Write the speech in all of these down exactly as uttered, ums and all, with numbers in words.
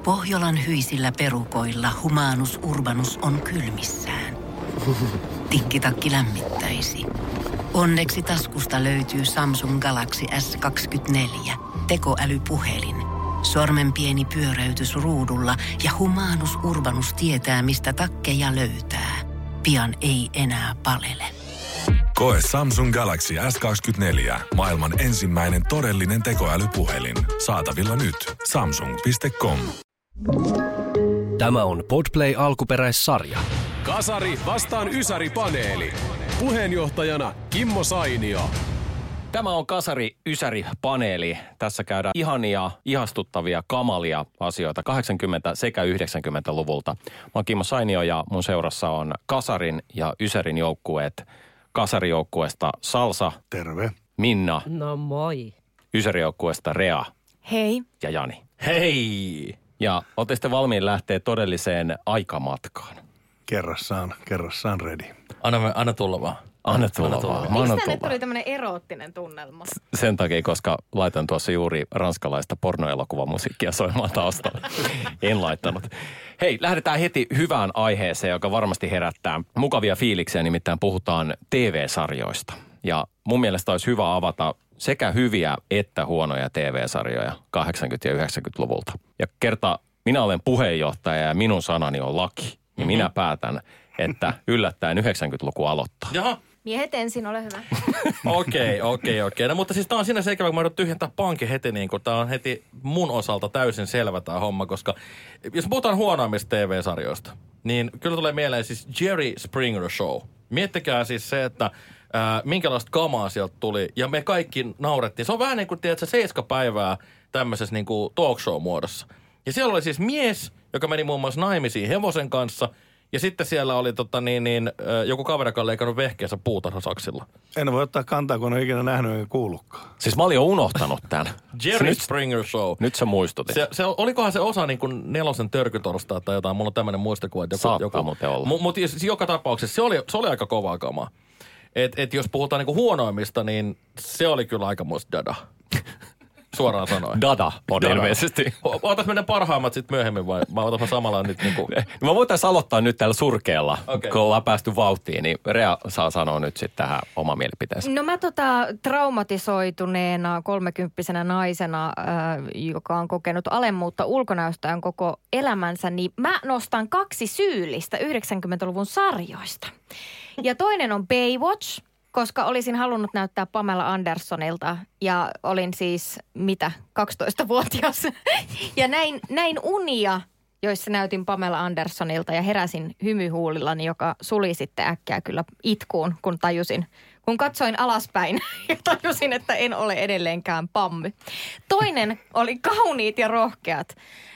Pohjolan hyisillä perukoilla Humanus Urbanus on kylmissään. Tikkitakki lämmittäisi. Onneksi taskusta löytyy Samsung Galaxy S kaksikymmentäneljä, tekoälypuhelin. Sormen pieni pyöräytys ruudulla ja Humanus Urbanus tietää, mistä takkeja löytää. Pian ei enää palele. Koe Samsung Galaxy S kaksikymmentäneljä, maailman ensimmäinen todellinen tekoälypuhelin. Saatavilla nyt. samsung piste com. Tämä on Podplay alkuperäissarja. Kasari vastaan Ysäri-paneeli. Puheenjohtajana Kimmo Sainio. Tämä on Kasari-Ysäri-paneeli. Tässä käydään ihania, ihastuttavia, kamalia asioita kahdeksankymmentä- sekä yhdeksänkymmentäluvulta. Mä oon Kimmo Sainio ja mun seurassa on Kasarin ja Ysärin joukkueet. Kasarijoukkueesta Salsa. Terve. Minna. No moi. Ysärijoukkueesta Rea. Hei. Ja Jani. Hei! Ja ootte sitten valmiin lähteä todelliseen aikamatkaan? Kerrassaan, kerrassaan ready. Anna, anna tulla vaan. Anna tulla, Anna tulla vaan. Miksi tänne tuli tämmöinen eroottinen tunnelma? Sen takia, koska laitan tuossa juuri ranskalaista pornoelokuvamusiikkia soimaan taustalla. En laittanut. Hei, lähdetään heti hyvään aiheeseen, joka varmasti herättää mukavia fiiliksiä, nimittäin puhutaan T V-sarjoista. Ja mun mielestä olisi hyvä avata sekä hyviä että huonoja T V-sarjoja kahdeksankymmentä- ja yhdeksänkymmentäluvulta. Ja kerta minä olen puheenjohtaja ja minun sanani on laki, niin mm-hmm. minä päätän, että yllättäen yhdeksänkymmentäluku aloittaa. Jaha. Miehet ensin, ole hyvä. Okei, okei, okei. No mutta siis tää on siinä se ikävä, kun mä joudun tyhjentää pankin heti, niin kun tää on heti mun osalta täysin selvä tää homma, koska jos puhutaan huonoimmista T V-sarjoista, niin kyllä tulee mieleen siis Jerry Springer Show. Miettikää siis se, että ää, minkälaista kamaa sieltä tuli, ja me kaikki naurettiin. Se on vähän niin kuin, tiedätkö, seiska päivää tämmöisessä niin kuin talk show muodossa. Ja siellä oli siis mies, joka meni muun muassa naimisiin hevosen kanssa, ja sitten siellä oli tota niin, niin joku kaveri, joka on leikannut vehkeensä puutarhasaksilla. En voi ottaa kantaa, kun en ole ikinä nähnyt eikä kuullutkaan. Siis mä olin jo unohtanut tämän. Jerry nyt, Springer Show. Nyt sä muistutit. Se, se, olikohan se osa niin kuin nelosen törkytorstaa tai jotain? Mulla on tämmöinen muistikuva. Että joku, Saattaa joku, muuten olla. Mutta mut, siis joka tapauksessa se oli, se oli aika kovaa kamaa. Et, et jos puhutaan niin kuin huonoimmista, niin se oli kyllä aika muista dada. Suoraan sanoen. Dada on Dada. ilmeisesti. Ootas mennä parhaimmat sitten myöhemmin vai mä otan samalla nyt niin kuin... Mä voitaisiin aloittaa nyt täällä surkealla, Okay. kun ollaan päästy vauhtiin, niin Rea saa sanoa nyt sitten tähän oma mielipiteensä. No mä tota traumatisoituneena kolmekymppisenä naisena, äh, joka on kokenut alemmuutta ulkonäöstään koko elämänsä, niin mä nostan kaksi syyllistä yhdeksänkymmentäluvun sarjoista. Ja toinen on Baywatch, koska olisin halunnut näyttää Pamela Andersonilta ja olin siis, mitä, kaksitoistavuotias. Ja näin, näin unia, joissa näytin Pamela Andersonilta ja heräsin hymyhuulillani, joka suli sitten äkkiä kyllä itkuun, kun tajusin, kun katsoin alaspäin ja tajusin, että en ole edelleenkään Pammy. Toinen oli Kauniit ja rohkeat,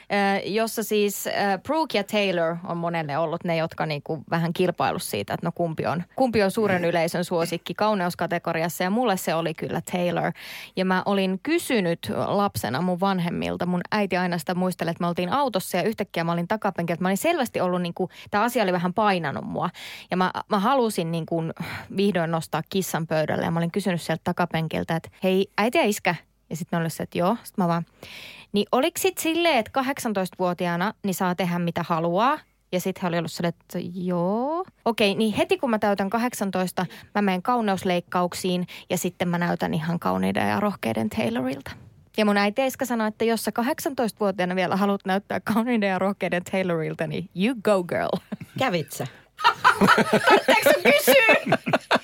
jossa siis Brooke ja Taylor on monelle ollut ne, jotka niinku vähän kilpailu siitä, että no kumpi on, kumpi on suuren yleisön suosikki kauneuskategoriassa. Ja mulle se oli kyllä Taylor. Ja mä olin kysynyt lapsena mun vanhemmilta, mun äiti aina sitä muisteli, että me oltiin autossa ja yhtäkkiä mä olin takapenkillä. Mä olin selvästi ollut niinku, tämä asia oli vähän painanut mua. Ja mä, mä halusin niinku vihdoin nostaa kissan pöydälle ja mä olin kysynyt sieltä takapenkiltä, että hei äiti ja iskä. Ja sitten ne oli se, että joo. Sitten mä vaan, niin oliko sitten silleen, että kahdeksantoistavuotiaana niin saa tehdä mitä haluaa? Ja sitten he oli ollut silleen, että joo. Okei, niin heti kun mä täytän kahdeksantoista, mä menen kauneusleikkauksiin ja sitten mä näytän ihan kauniiden ja rohkeiden Taylorilta. Ja mun äiti Eiska sanoi, että jos sä kahdeksantoistavuotiaana vielä haluat näyttää kauniiden ja rohkeiden Taylorilta, niin you go girl. Kävit sä? Tarvitseeko sun kysyä?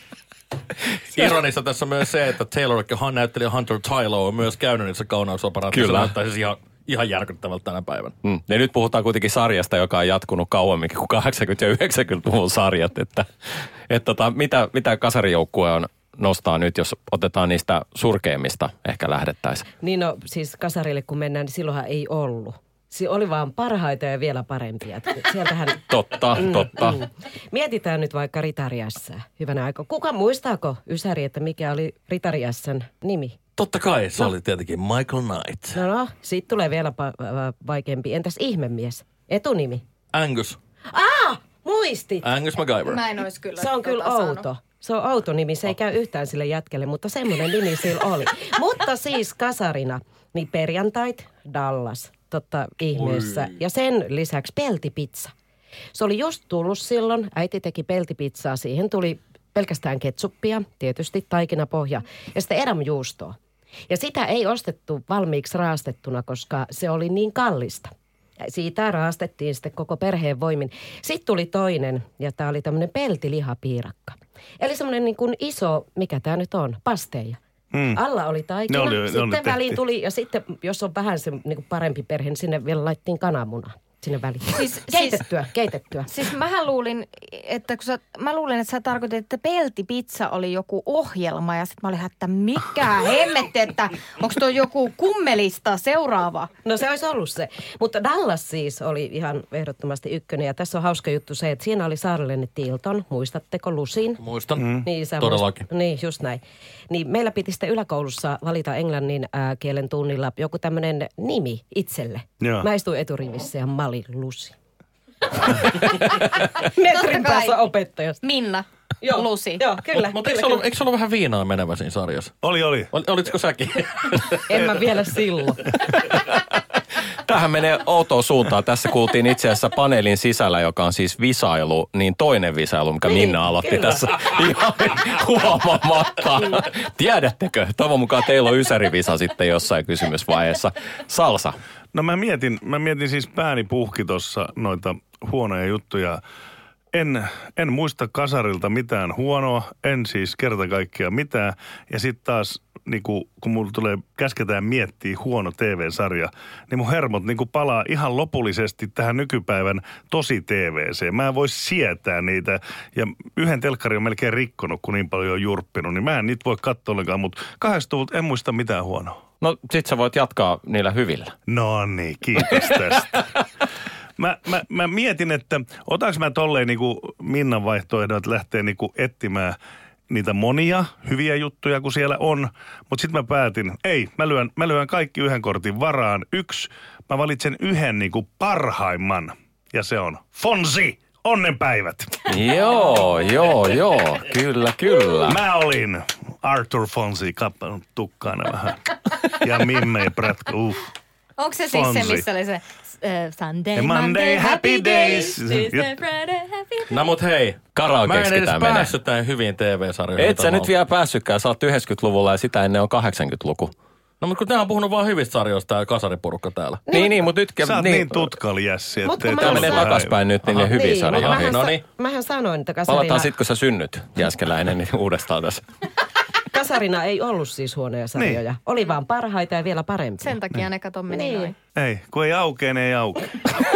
Ironista tässä on myös se, että Taylor ja näyttelijä Hunter Tylo on myös käynyt niissä kauneusoperaatioissa. Kyllä. Se näyttää siis ihan, ihan järkyttävältä tänä päivänä. Mm. Ja nyt puhutaan kuitenkin sarjasta, joka on jatkunut kauemminkin kuin kahdeksankymmentä- ja yhdeksänkymmentäluvun sarjat. Että, että tota, mitä, mitä kasarijoukkue on nostaa nyt, jos otetaan niistä surkeimmista ehkä lähdettäisiin? Niin no siis kasarille kun mennään, niin silloinhan ei ollut. Se oli vaan parhaita ja vielä parempia. Sieltähän... Totta, mm, totta. Mm. Mietitään nyt vaikka Ritariassa hyvänä aikaa. Kuka muistaako, Ysäri, että mikä oli Ritariassan nimi? Totta kai, se no. oli tietenkin Michael Knight. No no, siitä tulee vielä pa- vaikeampi. Entäs ihmemies? Etunimi? Angus. Ah, muistit! Angus MacGyver. Mä en ois kyllä. Se on kyllä outo. Se on outo nimi, se ei käy yhtään sille jätkelle, mutta semmoinen nimi sillä oli. Mutta siis kasarina, niin perjantait, Dallas, totta ihmeessä. Ja sen lisäksi peltipizza. Se oli just tullut silloin. Äiti teki peltipizzaa. Siihen tuli pelkästään ketsuppia, tietysti taikinapohja ja sitten edamjuustoa. Ja sitä ei ostettu valmiiksi raastettuna, koska se oli niin kallista. Siitä raastettiin sitten koko perheen voimin. Sitten tuli toinen, ja tämä oli tämmöinen peltilihapiirakka. Eli semmoinen niin kuin iso, mikä tämä nyt on, pasteja. Hmm. Alla oli taikina, oli, sitten väliin tuli, ja sitten jos on vähän se niin kuin parempi perhe, niin sinne vielä laittiin kananmunaa. Sinne väliin. Siis, keitettyä, siis, keitettyä. Siis mähän luulin, että kun sä, mä luulin, että sä tarkoitit, että peltipizza oli joku ohjelma ja sitten mä olin, että mikä hemmetti, että onko tuo joku kummelista seuraava? No se olisi ollut se. Mutta Dallas siis oli ihan ehdottomasti ykkönen ja tässä on hauska juttu se, että siinä oli Saarellinen Tilton, muistatteko Lusin? Muistan, mm. niin, sä todellakin. Muist, niin, just näin. Niin meillä piti sitten yläkoulussa valita englannin äh, kielen tunnilla joku tämmöinen nimi itselle. Joo. Mä istuin eturivissä ja mä olin Lusi. Metrin päässä opettajasta. Minna. Joo. Lusi. Joo, kyllä. Mutta eikö, eikö se ollut vähän viinaa menevä siinä sarjassa? Oli, oli. Ol, olitko säkin? En mä vielä silloin. Tähän menee outoa suuntaan. Tässä kuultiin itse asiassa paneelin sisällä, joka on siis visailu, niin toinen visailu, mikä niin, Minna aloitti kyllä. tässä ihan huomaamatta. Tiedättekö? Toivon mukaan teillä on ysärivisa sitten jossain kysymysvaiheessa. Salsa. No mä mietin, mä mietin siis pääni puhki tuossa noita huonoja juttuja. En, en muista kasarilta mitään huonoa, en siis kerta kaikkiaan mitään. Ja sitten taas, niinku, kun mulla tulee, käsketään miettiä huono T V-sarja, niin mun hermot niinku palaa ihan lopullisesti tähän nykypäivän tosi T V:seen. Mä en voi sietää niitä. Ja yhden telkkari on melkein rikkonut, kun niin paljon on jurppinut. Niin mä en niitä voi katsoa ollenkaan, mutta kahdeksankymmentäluvulta en muista mitään huonoa. No sit sä voit jatkaa niillä hyvillä. No niin, kiitos tästä. Mä, mä, mä mietin, että otaks mä tolleen niinku Minnan vaihtoehdon, että lähtee niinku etsimään niitä monia hyviä juttuja, kun siellä on. Mutta sitten mä päätin, ei, mä lyön, mä lyön kaikki yhden kortin varaan. Yksi, mä valitsen yhden niinku parhaimman, ja se on Fonsi, onnenpäivät. Joo, joo, joo, kyllä, kyllä. Mä olin Arthur Fonsi, kappanut tukkaana vähän. Ja Mimmei Prätkä, uh. Onko se siis se, missä oli se uh, Sunday, Monday, Monday, happy days. Tuesday, Friday, happy days. No mut hei, mä en edes päässyt näin hyviin T V-sarjoihin. Et sä nyt vielä päässytkään, sä oot yhdeksänkymmentäluvulla ja sitä ennen on kahdeksankymmentäluku. No mutta kun tää on puhunut vaan hyvistä sarjoista tää kasariporukka täällä. Niin, niin, niin mutta nyt... Sä oot niin, niin tutkaliässi, ettei... Tää menee takaspäin nyt niille hyviä niin, sarjoihin. No niin. Mähän sanoin, että kasarina... Palataan sit, kun sä synnyt, Jääskeläinen, niin uudestaan tässä. Kasarina ei ollut siis huonoja sarjoja. Niin. Oli vaan parhaita ja vielä parempia. Sen takia niin. ne kato meni niin. noin. Ei, kun ei aukee, ne ei aukee.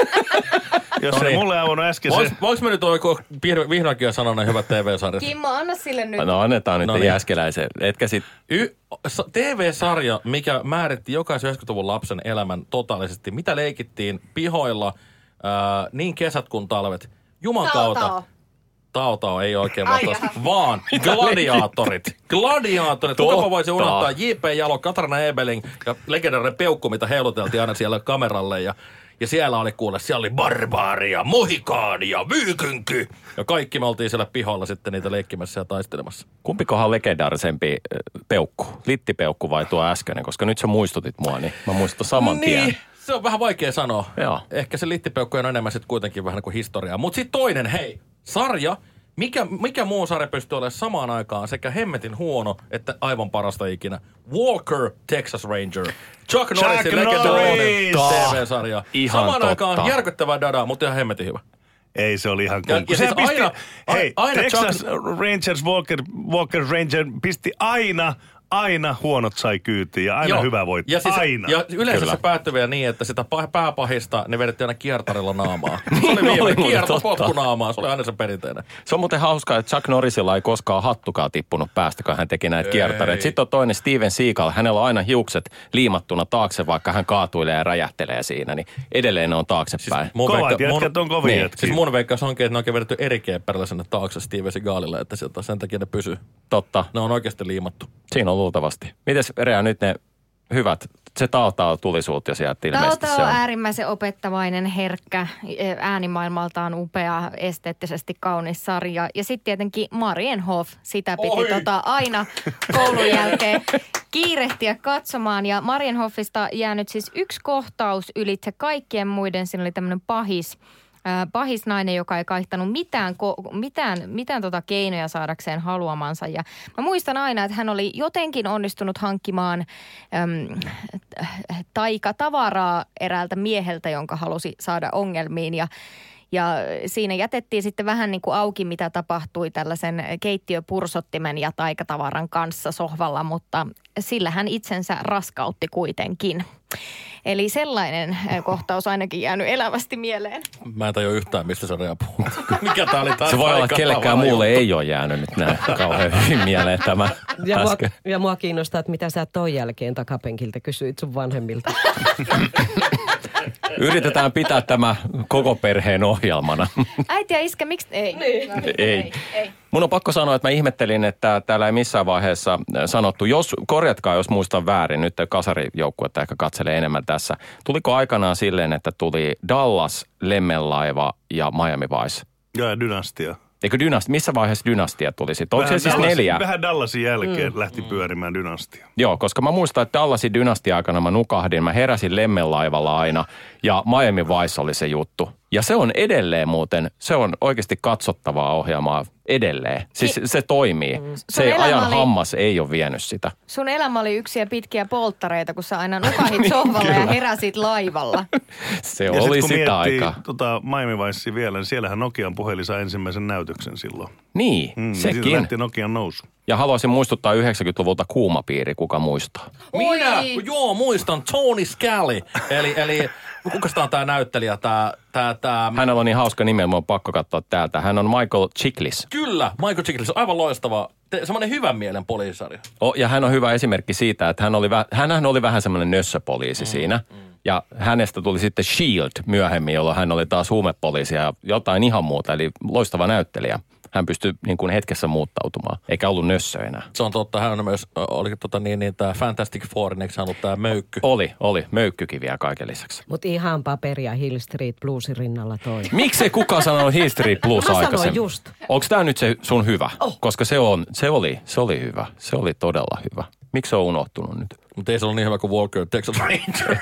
Jos no ei niin. mulle avunut äsken Vois, se... Voinko mä nyt vihdoinkin sanoa ne hyvät T V-sarjat? Kimmo, anna sille nyt. No annetaan nyt no niin. Jääskeläisen. Etkä sit... Y- T V-sarja, mikä määritti jokaisen yhdeksänkymmentäluvun lapsen elämän totaalisesti. Mitä leikittiin pihoilla, ää, niin kesät kuin talvet. Jumakauta. Tao, tao. Tao ei oikein vastaus, vaan gladiaattorit. Gladiaattorit. Kukapa voisi unohtaa J P Jalo, Katarina Ebeling ja legendaarinen peukku, mitä heiluteltiin aina siellä kameralle. Ja, ja siellä oli kuule, siellä oli barbaaria, mohikaania, vyykynky. Ja kaikki me oltiin siellä pihalla sitten niitä leikkimässä ja taistelemassa. Kumpikohan legendaarisempi peukku? Littipeukku vai tuo äskeinen? Koska nyt sä muistutit mua, niin mä muistan saman niin. tien. Se on vähän vaikea sanoa. Joo. Ehkä se littipeukku on enemmän sitten kuitenkin vähän kuin historiaa. Mutta sitten toinen, hei, sarja. Mikä, mikä muu sarja pystyy olemaan samaan aikaan sekä hemmetin huono että aivan parasta ikinä? Walker, Texas Ranger. Chuck Norrisin legendaarinen T V-sarja. Ihan samaan totta. Aikaan järkyttävää dadaa, mutta ihan hemmetin hyvä. Ei, se oli ihan ja, kun ja siis pisti, aina, hei, aina Texas Chuck... Rangers, Walker, Walker Ranger pisti aina... Aina huonot sai kyytiin ja aina Joo. hyvä voitti. Ja siis, aina. Ja yleensä Kyllä. se päättyi vielä niin, että sitä pääpahista ne vedettiin aina kiertarilla naamaa. Se oli viime kierto potkunaamaa. Se oli aina se perinteinen. Se on muuten hauskaa, että Chuck Norrisilla ei koskaan hattukaan tippunut päästä, kun hän teki näitä kiertareita. Sitten on toinen Steven Seagal. Hänellä on aina hiukset liimattuna taakse, vaikka hän kaatuilee ja räjähtelee siinä. Niin edelleen ne on taaksepäin. Siis Kovat veikka, jätkät on kovia niin. jätkiä. Siis mun veikkaus onkin, että ne onkin vedetty eri keepperillä sinne taakse Steven Seagalille, että sieltä sen takia ne pysyy. Totta. Ne on oikeasti liimattu. Siinä on luultavasti. Mites Rea nyt ne hyvät. Se Taotao tuli sulta jo sieltä ilmeisesti. Taotao on äärimmäisen opettavainen, herkkä, äänimaailmaltaan upea, esteettisesti kaunis sarja. Ja sitten tietenkin Marienhof, sitä piti tota aina koulun jälkeen kiirehtiä katsomaan. Ja Marienhofista jäänyt siis yksi kohtaus ylitse kaikkien muiden. Siinä oli tämmöinen pahis. Pahis nainen, joka ei kaihtanut mitään, mitään, mitään tota keinoja saadakseen haluamansa. Ja mä muistan aina, että hän oli jotenkin onnistunut hankkimaan äm, taikatavaraa eräältä mieheltä, jonka halusi saada ongelmiin. Ja, ja siinä jätettiin sitten vähän niin kuin auki, mitä tapahtui tällaisen keittiöpursottimen ja taikatavaran kanssa sohvalla, mutta sillä hän itsensä raskautti kuitenkin. Eli sellainen kohtaus ainakin jäänyt elävästi mieleen. Mä en tajua yhtään, mistä sarjaa puhuu. Mikä tää oli taas? Se voi olla, että kellekään muulle ei ole jäänyt nyt näin kauhean hyvin mieleen tämä ja äsken. Mua, ja mua kiinnostaa, että mitä sä ton jälkeen takapenkiltä kysyit sun vanhemmilta. Yritetään pitää tämä koko perheen ohjelmana. Äiti ja iskä, miksi? Ei. Ei. ei. ei. Mun on pakko sanoa, että mä ihmettelin, että täällä ei missään vaiheessa sanottu, jos, korjatkaa jos muistan väärin, nyt kasarijoukkuetta ehkä katselee enemmän tässä. Tuliko aikanaan silleen, että tuli Dallas, Lemmenlaiva ja Miami Vice? Ja Dynastia. Eikö Dynastia? Missä vaiheessa Dynastia tuli sitten? Onko se siis Dallasin, neljä? Vähän Dallasin jälkeen mm. lähti pyörimään Dynastia. Joo, koska mä muistan, että Dallasin Dynastia aikana mä nukahdin, mä heräsin Lemmenlaivalla aina ja Miami Vice oli se juttu. Ja se on edelleen muuten, se on oikeasti katsottavaa ohjelmaa edelleen. Siis Ni- se toimii. Mm. Se ajan oli, hammas ei ole vienyt sitä. Sun elämä oli yksiä pitkiä polttareita, kun sä aina nukahit sohvalla ja heräsit laivalla. Se ja oli sit, sitä aikaa. Tota Miami Vice vielä, niin siellähän Nokian puhelin sai ensimmäisen näytöksen silloin. Niin, mm, sekin. Siitä lähti Nokian nousu. Ja haluaisin muistuttaa yhdeksänkymmentäluvulta Kuumapiiri, kuka muistaa. Minä? Joo, muistan. Tony Scally. Eli, eli kukas tää on tää näyttelijä? Tää, tää, tää... Hänellä on niin hauska nimi, mun on pakko katsoa täältä. Hän on Michael Chiklis. Kyllä, Michael Chiklis on aivan loistava. Semmoinen hyvän mielen poliisisarja. Oh, ja hän on hyvä esimerkki siitä, että hän oli, vä- hänhän oli vähän semmoinen nössöpoliisi mm, siinä. Mm. Ja hänestä tuli sitten Shield myöhemmin, jolloin hän oli taas huumepoliisi ja jotain ihan muuta. Eli loistava näyttelijä. Hän pystyi niin kuin hetkessä muuttautumaan, eikä ollut nössö enää. Se on totta. Hän on myös, oli tota niin, niin tämä Fantastic Fourin, eikö hän ollut tämä möykky? Oli, oli. Möykkykin vielä kaiken lisäksi. Mutta ihan paperia Hill Street Bluesin rinnalla toi. Miksi ei kukaan sanonut Hill Street Blues Mä aikaisemmin? sanoin just. Onko tämä nyt se sun hyvä? Oh. Koska se, on, se, oli, se oli hyvä. Se oli todella hyvä. Miksi se on unohtunut nyt? Mutta ei se ole niin hyvä kuin Walker Texas Ranger.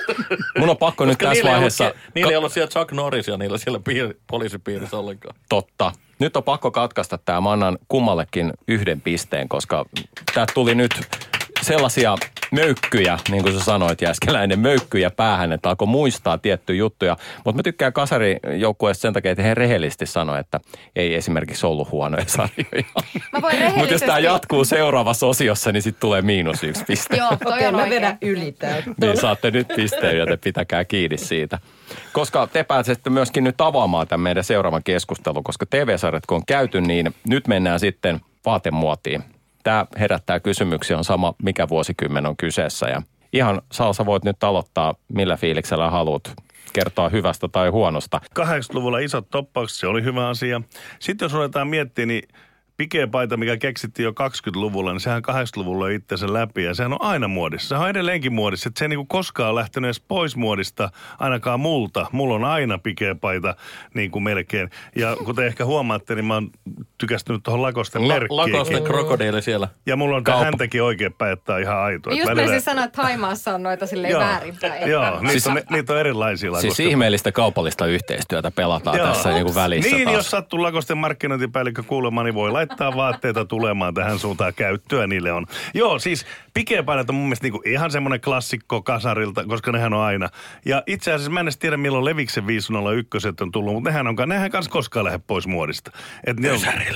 Mun on pakko nyt tässä vaiheessa... Ollut, niillä ei ollut siellä Chuck Norrisia niillä siellä piir, poliisipiirissä ollenkaan. Totta. Nyt on pakko katkaista tämä. Mä annan kummallekin yhden pisteen, koska tää tuli nyt sellaisia möykkyjä, niin kuin sä sanoit Jääskeläinen, möykkyjä päähän, että alkoi muistaa tiettyjä juttuja. Mutta mä tykkään kasarijoukkueesta sen takia, että he rehellisesti sanoi, että ei esimerkiksi ollut huonoja sarjoja. Mä voin rehellisesti... Mutta jos tämä jatkuu seuraavassa osiossa, niin sitten tulee miinus yksi piste. Joo, toi Okei, on mä oikein. vedän yli täältä. Niin saatte nyt pisteen, joten pitäkää kiinni siitä. Koska te pääsette myöskin nyt avaamaan tämän meidän seuraavan keskustelun, koska T V-sarjat kun on käyty, niin nyt mennään sitten vaatemuotiin. Tämä herättää kysymyksiä, on sama mikä vuosikymmen on kyseessä. Ja ihan Salsa voit nyt aloittaa, millä fiiliksellä haluat kertoa hyvästä tai huonosta. kahdeksankymmentäluvulla isot toppaukset, se oli hyvä asia. Sitten jos ruvetaan miettimään, niin pikeepaita, mikä keksittiin jo kaksikymmentäluvulla, niin sehän kahdeksankymmentäluvulla on itsensä läpi ja sehän on aina muodissa. Sehän on edelleenkin muodissa, että se ei niinku koskaan lähtenyt edes pois muodista, ainakaan multa. Mulla on aina pikeepaita niin kuin melkein. Ja kuten ehkä huomaatte, niin mä oon tykästynyt tuohon Lakosten La- merkkiin. Lakosten krokodiili siellä. Ja mulla on Kaup- häntäkin oikein päin, että on ihan aito. Just välillä... mä siis sanoa, että Haimaassa on noita silleen väärinpäin. Joo, niitä, Siis- on, niitä on erilaisia Lakosten. Siis ihmeellistä kaupallista yhteistyötä pelataan Joo. tässä niin kuin välissä Niin, taas. jos sattuu Lakosten markkinointipäällikkö kuulemaan, niin voi laittaa vaatteita tulemaan tähän suuntaan. Käyttöä niille on. Joo, siis pikeepainat on mun mielestä niinku ihan semmoinen klassikko kasarilta, koska nehän on aina. Ja itse asiassa mä en edes tiedä, milloin Leviksen viisi nolla yksi on tullut, mutta nehän on, nehän kanssa koskaan lähde pois muodista. Et ne on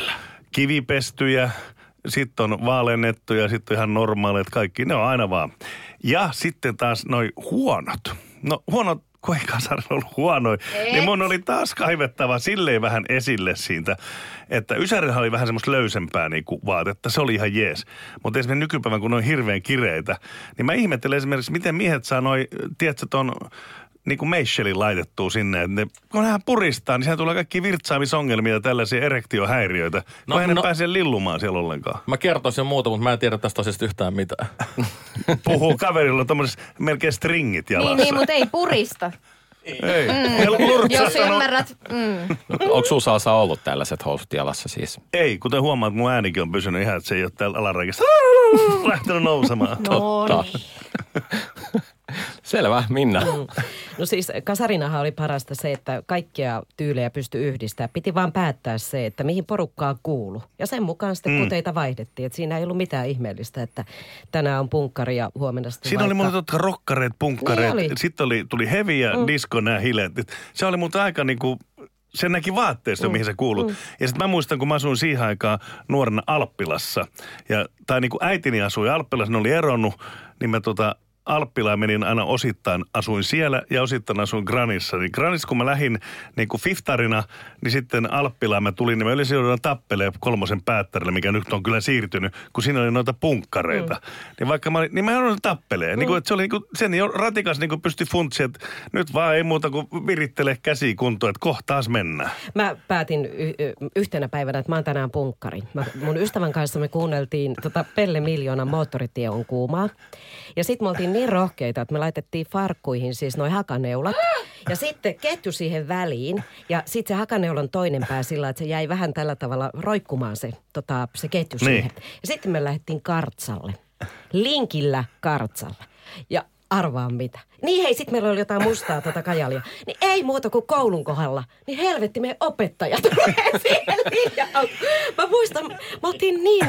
kivipestyjä, sitten on vaalennettuja, sitten on ihan normaaleet kaikki. Ne on aina vaan. Ja sitten taas noi huonot. No huonot, kun ei kasarilla ollut huonoja, niin mun oli taas kaivettava silleen vähän esille siitä, että Ysärillä oli vähän semmoista löysempää niinku vaatetta. Se oli ihan jees. Mutta esimerkiksi nykypäivän, kun ne on hirveän kireitä, niin mä ihmettelen esimerkiksi, miten miehet saa noi, tiedätkö ton niin kuin meisselin laitettua sinne. Että ne, kun hän puristaa, niin sehän tulee kaikki virtsaamisongelmia ja tällaisia erektiohäiriöitä. No, kun hän no, pääse lillumaan siellä ollenkaan. Mä kertoisin muuta, mutta mä en tiedä tästä asiasta yhtään mitään. Puhuu kaverilla tommoset melkein stringit jalassa. Niin, niin mutta ei purista. Ei. Mm. Jos ymmärrät. Mm. No, onko sun Salsa ollut tällaiset housut jalassa siis? Ei, kuten huomaat, mun äänikin on pysynyt ihan, että se ei ole täällä alaräkissä lähtenyt nousemaan. No niin. Selvä, Minna. Mm. No siis kasarinahan oli parasta se, että kaikkia tyylejä pystyi yhdistämään. Piti vaan päättää se, että mihin porukkaan kuulu. Ja sen mukaan sitten mm. kuteita vaihdettiin. Että siinä ei ollut mitään ihmeellistä, että tänään on punkkari ja huomenna sitten siinä vaikka... oli muuten totta rokkareet, punkkareet. Niin sitten oli, tuli heavy ja mm. disco nämä hileet. Se oli muuten aika niinku... Se näki vaatteesta, mm. mihin se kuulut. Mm. Ja sitten mä muistan, kun mä asuin siihen aikaan nuorena Alppilassa. Ja, tai niin kuin äitini asui Alppilassa, ne oli eronnut, niin mä tota... Alppilaan menin aina osittain, asuin siellä ja osittain asuin Granissa. Niin Granissa, kun mä lähdin niin kuin fiftarina, niin sitten Alppilaan mä tulin, niin mä yleensä joudun tappelemaan kolmosen päättärille, mikä nyt on kyllä siirtynyt, kun siinä oli noita punkkareita. Mm. Niin vaikka mä olin, niin mä joudun tappelemaan. Mm. Niin kuin, että se oli niin kuin, sen jo ratikas niin kuin pystyi funtsi, että nyt vaan ei muuta kuin virittele käsi kuntoon, että kohta taas mennään. Mä päätin y- y- yhtenä päivänä, että mä oon tänään punkkari. Mä, mun ystävän kanssa me kuunneltiin tota Pelle Miljoonan Moottoritie on kuumaa. Ja sit me oltiin niin rohkeita, että me laitettiin farkkuihin siis noi hakaneulat. Ja sitten ketju siihen väliin. Ja sitten se hakaneulon toinen pää sillä, että se jäi vähän tällä tavalla roikkumaan se, tota, se ketju niin siihen. Ja sitten me lähdettiin kartsalle. Linkillä kartsalle. Ja arvaa mitä. Niin hei, sitten meillä oli jotain mustaa tota kajalia. Niin ei muuta kuin koulun kohdalla. Niin helvetti, meidän opettaja tulee siihen liian. Mä muistan, me oltiin niin...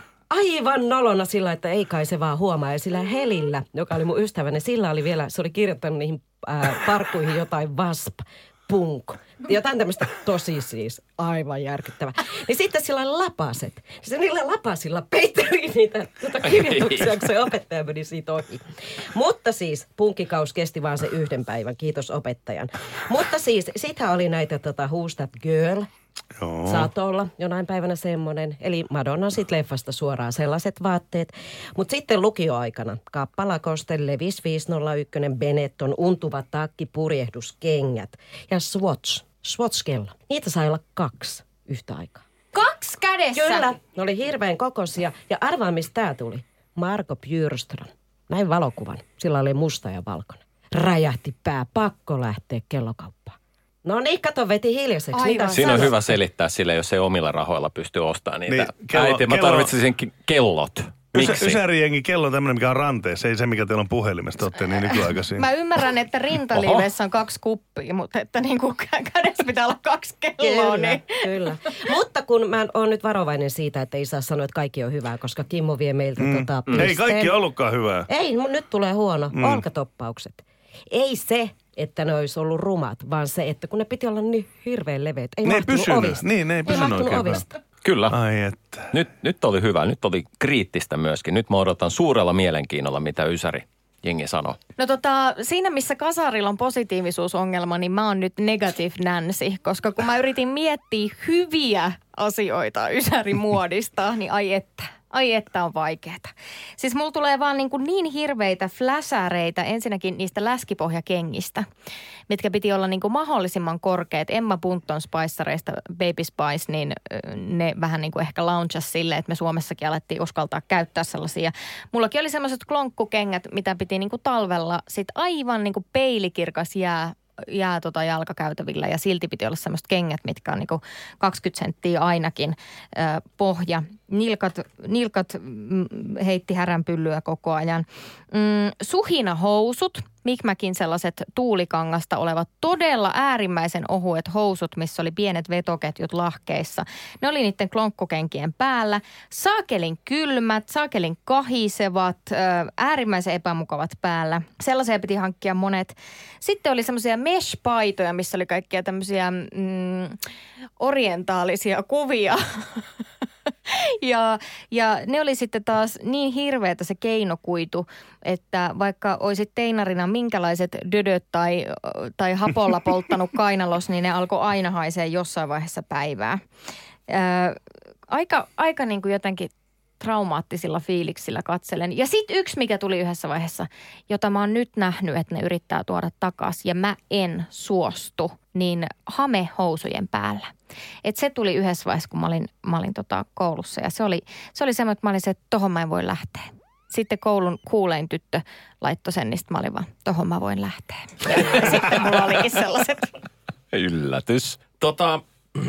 aivan nolona sillä, että ei kai se vaan huomaa. Ja sillä Helillä, joka oli mun ystäväni, sillä oli vielä, se oli kirjoittanut niihin ää, parkkuihin jotain vasp, punk. Jotain tämmöistä tosi siis aivan järkyttävää. Niin sitten sillä oli lapaset. Se niillä lapasilla peitteli niitä tuota kirjoituksia, kun se opettaja meni siitä ohi. Mutta siis punkkikaus kesti vaan se yhden päivän, kiitos opettajan. Mutta siis sittenhän oli näitä tota, Who's That Girl. Joo. Saattoi olla jonain päivänä semmoinen. Eli Madonna sitten leffasta suoraan sellaiset vaatteet. Mutta sitten lukioaikana Kappa Lacoste, Levi's viisi nolla yksi, Benetton, untuva takki, purjehduskengät ja Swatch, Swatch-kello. Niitä sai olla kaksi yhtä aikaa. Kaksi kädessä? Kyllä, ne oli hirveän kokoisia. Ja arvaa, mistä tää tuli. Marko Bjurström. Näin valokuvan. Sillä oli musta ja valkoinen. Räjähti pää, pakko lähteä kellokauppaan. No niin, kato, veti hiljaiseksi. Siinä sanoa? On hyvä selittää sille, jos ei omilla rahoilla pysty ostamaan niitä. Niin, kello, Äiti, mä kello, tarvitsisin kellot. Miksi? Ysärijengi kello on tämmöinen, mikä on ranteessa. Ei se, mikä teillä on puhelimesta. Olette niin nykyaikaisia. Mä ymmärrän, että rintaliivessä on kaksi kuppia, mutta että niin kuin kädessä pitää olla kaksi kelloa. Kyllä, niin. Kyllä. Mutta kun mä oon nyt varovainen siitä, että ei saa sanoa, että kaikki on hyvää, koska Kimmo vie meiltä mm. tota pisteen. Ei kaikki ollutkaan hyvää. Ei, nyt tulee huono. Mm. Olkatoppaukset. Ei se, että ne olisi ollut rumat, vaan se, että kun ne piti olla niin hirveän leveät. Ei ne mahtunut pysynyt. ovista. Niin, ne ei pysynyt ei oikein ovista. Kyllä. Ai että. Nyt, nyt oli hyvä. Nyt oli kriittistä myöskin. Nyt mä odotan suurella mielenkiinnolla, mitä Ysäri jengi sanoo. No tota, siinä missä kasarilla on positiivisuusongelma, niin mä oon nyt negative Nancy. Koska kun mä yritin miettiä hyviä asioita Ysäri-muodista, niin ai että. Ai että on vaikeeta. Siis mulla tulee vaan niin, kuin niin hirveitä fläsäreitä ensinnäkin niistä läskipohjakengistä, mitkä piti olla niin kuin mahdollisimman korkeat. Emma Bunton Spicereista Baby Spice, niin ne vähän niin kuin ehkä launchas silleen, että me Suomessakin alettiin uskaltaa käyttää sellaisia. Mullakin oli sellaiset klonkkukengät, mitä piti niin kuin talvella sit aivan niin kuin peilikirkas jää. jää tota jalkakäytävillä ja silti piti olla semmoiset kengät, mitkä on niinku kaksikymmentä senttiä ainakin ö, pohja. Nilkat, nilkat mm, heitti häränpyllyä koko ajan. Mm, suhinahousut, Mikmäkin sellaiset tuulikangasta olevat todella äärimmäisen ohuet housut, missä oli pienet vetoketjut lahkeissa. Ne oli niiden klonkkokenkien päällä. Saakelin kylmät, saakelin kahisevat, ö, äärimmäisen epämukavat päällä. Sellaisia piti hankkia monet. Sitten oli semmoisia mesh-paitoja, missä oli kaikkia tämmöisiä mm, orientaalisia kuvia. Ja, ja ne oli sitten taas niin hirveätä se keinokuitu, että vaikka olisit teinarina minkälaiset dödöt tai, tai hapolla polttanut kainalos, niin ne alkoi aina haisee jossain vaiheessa päivää. Ää, aika aika niin kuin jotenkin traumaattisilla fiiliksillä katselen. Ja sitten yksi, mikä tuli yhdessä vaiheessa, jota mä oon nyt nähnyt, että ne yrittää tuoda takaisin ja mä en suostu, niin hamehousujen päällä. Et se tuli yhdessä vaiheessa, kun mä olin, mä olin tota koulussa ja se oli, se oli semmoinen, että mä olin se, että tohon mä en voi lähteä. Sitten koulun kuulein tyttö laittoi sen, niin mä olin vaan, tohon mä voin lähteä. Ja sitten mulla olikin sellaiset. Yllätys. Tota,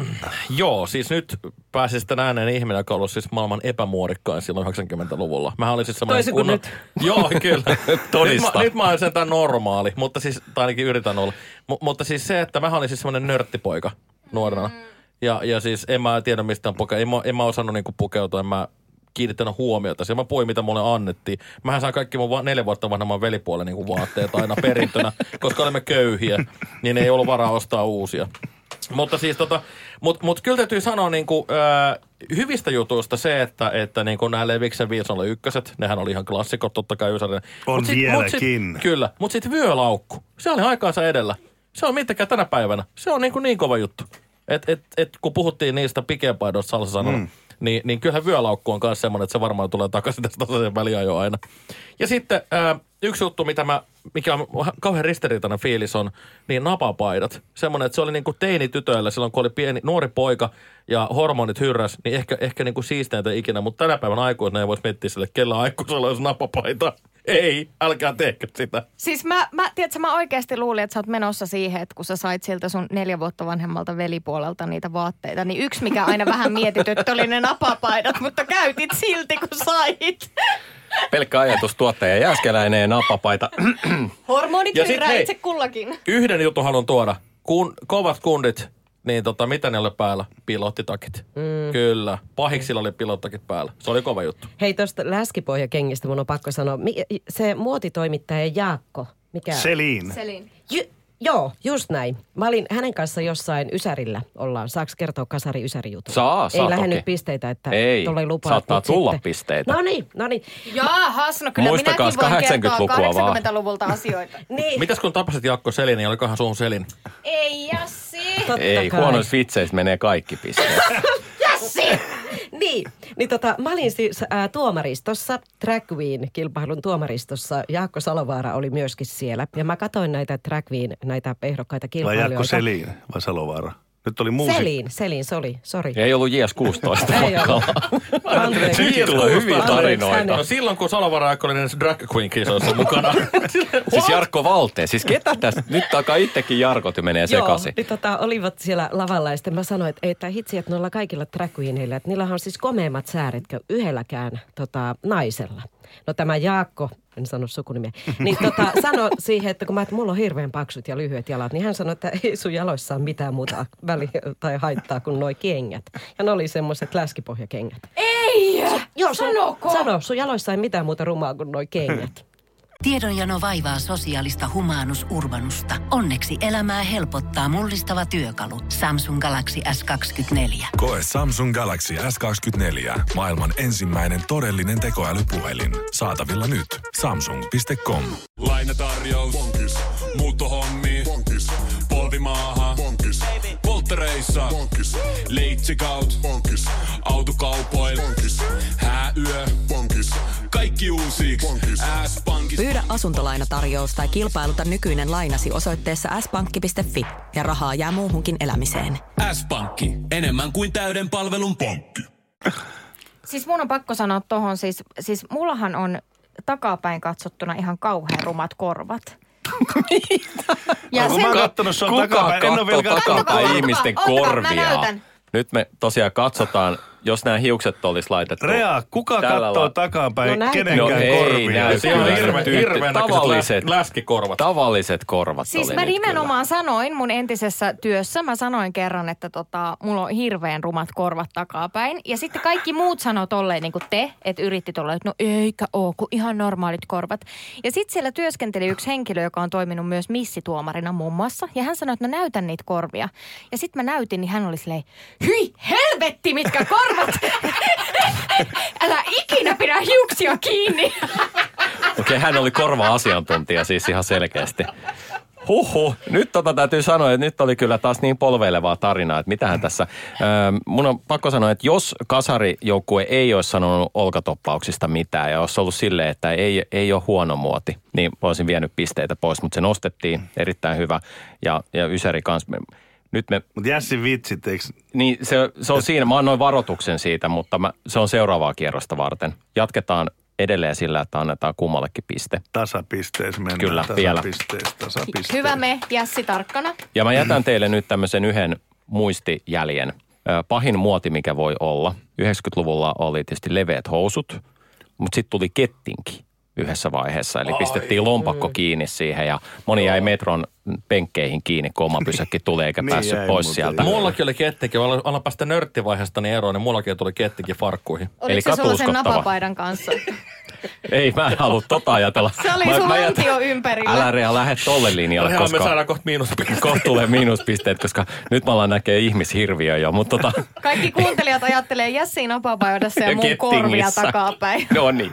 joo, siis nyt pääsi sitten ääneen ihminen, joka on ollut siis maailman epämuodikkain silloin yhdeksänkymmentäluvulla. Mähän olin siis semmoinen kunnon... nyt? Joo, kyllä. Todista. Nyt mä, nyt mä olen sentään normaali, mutta siis, tai ainakin yritän olla. M- mutta siis se, että mähän olin siis semmoinen nörttipoika nuorena. Ja, ja siis en mä tiedä mistään pukea. En mä, en mä osannut niinku pukeutua, en mä kiinnittänyt huomiota. Se mä puhuin, mitä mulle annettiin. Mähän sain kaikki mun va- neljä vuotta vanhemman velipuolen niinku vaatteet aina perintönä, koska olemme köyhiä, niin ei ollut varaa ostaa uusia. Mutta siis tota, mut, mut kyllä täytyy sanoa niinku, ää, hyvistä jutuista se, että, että niinku nämä Leviksen Wilson ykköset, nehän oli ihan klassikot totta kai Ysärinen. On mut sit, vieläkin. Mut sit, kyllä, mutta sitten vyölaukku, se oli aikaansa edellä. Se on mitäkään tänä päivänä. Se on niinku niin kova juttu. Et, et, et, kun puhuttiin niistä pikeenpaidoista Salsa sanoi, mm. niin, niin kyllähän vyölaukku on myös semmoinen, että se varmaan tulee takaisin tästä tasaisen väliajoon aina. Ja sitten ää, yksi juttu, mitä mä, mikä on kauhean ristiriitainen fiilis on, niin napapaidat. Semmoinen, että se oli niinku teinitytöillä silloin, kun oli pieni, nuori poika ja hormonit hyrräs, niin ehkä, ehkä niinku siisteintä ikinä. Mutta tänä päivän aikuisena ei voisi miettiä sille, kellä aikuisella olisi napapaita. Ei, älkää tehkö sitä. Siis mä, mä, tiedätkö, mä oikeasti luulin, että sä oot menossa siihen, että kun sä sait siltä sun neljä vuotta vanhemmalta velipuolelta niitä vaatteita, niin yksi, mikä aina vähän mietityt, oli ne napapaidat, mutta käytit silti, kun sait. Pelkkä ajatus tuottaja Jääskeläinen ja napapaita. Hormonit Ja sit hyrää hei, itse kullakin. Yhden jutun haluan tuoda. Kun kovat kundit, niin tota, mitä ne oli päällä? Pilottitakit. Mm. Kyllä. Pahiksilla oli pilottakit päällä. Se oli kova juttu. Hei, tuosta läskipohjakengistä mun on pakko sanoa. Se muotitoimittaja Jaakko. Mikä? Selin. Selin. J- joo, just näin. Mä olin hänen kanssa jossain Ysärillä. Ollaan. Saaks kertoa kasari Ysäri jutun? Saa, saa Ei lähde toki. nyt pisteitä, että Ei, tuolle lupaa. saattaa tulla sitten. pisteitä. No niin, no niin. Jaahas, no kyllä Muistakaa minäkin voin kahdeksankymmentälukua kertoa vaan. kahdeksankymmentäluvulta asioita. Niin. Mitäs kun tapasit Jaakko Selin, niin olikohan sun Selin? Ei, Jassi. Totta Ei, kai. huonoissa vitseistä menee kaikki pisteet. Jassi! Niin, niin tota, mä olin siis ää, tuomaristossa, Drag Queen-kilpailun tuomaristossa. Jaakko Salovaara oli myöskin siellä. Ja mä katsoin näitä Drag Queen, näitä ehdokkaita Vai kilpailijoita. Jaakko Selin vai Salovaara? Nyt oli muusi. Selin, Selin, sori, sori. Ei ollut J S kuusitoista. Ei ollut. Anteeksi. Nyt tulee hyviä tarinoita. No silloin, kun Salovara oli näissä Drag Queen-kisoissa mukana. Siis Jarkko Valteen. Siis ketä tästä? Nyt alkaa itsekin Jarkot ja menee sekaisin. Joo, niin tota, olivat siellä lavalla ja sitten mä sanoin, että, että hitsi, että noilla kaikilla drag queeneillä, että niillä on siis komeimmat sääret kuin yhdelläkään tota, naisella. No tämä Jaakko, en sano sukunimeä, niin tota, sano siihen, että kun mä, että mulla on hirveän paksut ja lyhyet jalat, niin hän sanoi, että ei sun jaloissa ole mitään muuta väliä tai haittaa kuin noi kengät. Ja ne oli semmoiset läskipohjakengät. Ei! Joo, sun, Sanoko? sano, sun jaloissa ei mitään muuta rumaa kuin noi kengät. Tiedonjano vaivaa sosiaalista humanus urbanusta. Onneksi elämää helpottaa mullistava työkalu. Samsung Galaxy S kaksikymmentäneljä. Koe Samsung Galaxy S kaksikymmentäneljä. Maailman ensimmäinen todellinen tekoälypuhelin. Saatavilla nyt. Samsung piste com. Lainatarjous. Bonkis. Muuttohommi. Bonkis. Polvimaaha. Bonkis. Polttereissa. Bonkis. Leitsikaut. Bonkis. Autokaupoil. Bonkis. Hääyö. Bonkis. Kaikki uusiiksi. S-pankki. Pyydä asuntolainatarjous tai kilpailuta nykyinen lainasi osoitteessa s pankki piste f i ja rahaa jää muuhunkin elämiseen. S-pankki. Enemmän kuin täyden palvelun pankki. Siis mun on pakko sanoa tohon, siis, siis mullahan on takapäin katsottuna ihan kauhean rumat korvat. Ja no, kun mä oon kattonut sun Kuka takapäin, en ole vielä katsoo kattonut. takapäin ihmisten Ottakaa, mä korvia? näytän. Nyt me tosiaan katsotaan, jos nämä hiukset olisi laitettu. Rea, kuka tällä katsoo la- takapäin No näytä. kenenkään No ei korvia? näy. Siellä on Kyllä, hirveän tyyppi- hirveän tavalliset, läskikorvat. tavalliset korvat Siis oli mä nyt nimenomaan sanoin mun entisessä työssä, mä sanoin kerran, että tota, mulla on hirveän rumat korvat takapäin. Ja sitten kaikki muut sanoo tolleen niin kuin te, että yritti tolleen, että no eikä oo, kun ihan normaalit korvat. Ja sitten siellä työskenteli yksi henkilö, joka on toiminut myös missituomarina muun muassa. Ja hän sanoi, että no näytän niitä korvia. Ja sitten mä näytin, niin hän oli silleen, hyi helvetti mitkä korvat! Älä ikinä pidä hiuksia kiinni! Okei, hän oli korva-asiantuntija siis ihan selkeästi. Huhhuh. Nyt tota täytyy sanoa, että nyt oli kyllä taas niin polveilevaa tarinaa, että mitähän tässä. Öö, mun on pakko sanoa, että jos kasarijoukkue ei olisi sanonut olkatoppauksista mitään ja olisi ollut silleen, että ei, ei ole huono muoti, niin olisin vienyt pisteitä pois, mutta se nostettiin erittäin hyvä ja, ja Ysäri kanssa. Nyt me... Mutta Jässin vitsit, eikö... Niin se, se on siinä, mä annoin varoituksen siitä, mutta mä, se on seuraavaa kierrosta varten. Jatketaan edelleen sillä, että annetaan kummallekin piste. Tasapisteessä mennään. Kyllä, vielä. Tasapisteessä. Hyvä me, Jässi tarkkana. Ja mä jätän teille nyt tämmöisen yhden muistijäljen. Pahin muoti, mikä voi olla. yhdeksänkymmentäluvulla oli tietysti leveät housut, mutta sitten tuli kettinki yhdessä vaiheessa. Eli pistettiin lompakko kiinni siihen ja moni jäi metron penkkeihin kiinni, kun oma pysäkki tuli eikä niin päässyt pois sieltä. Mullakin oli kettikin, mä alan päästä nörttivaiheestani eroon, niin mullakin tuli kettikin farkkuihin. Oliko se sulla sen napapaidan kanssa? Ei, mä en halua tota ajatella. Se oli mä, sun mä lantio ympärillä. Älä Rea, lähde tolle linjalle, Ihan koska... me saadaan kohta miinuspisteet. Kohta tulee miinuspisteet, koska nyt mä alan näkee ihmishirviö jo, mutta tota... Kaikki kuuntelijat ajattelee Jässiin napapaidassa ja, ja mun korvia takapäin. No niin.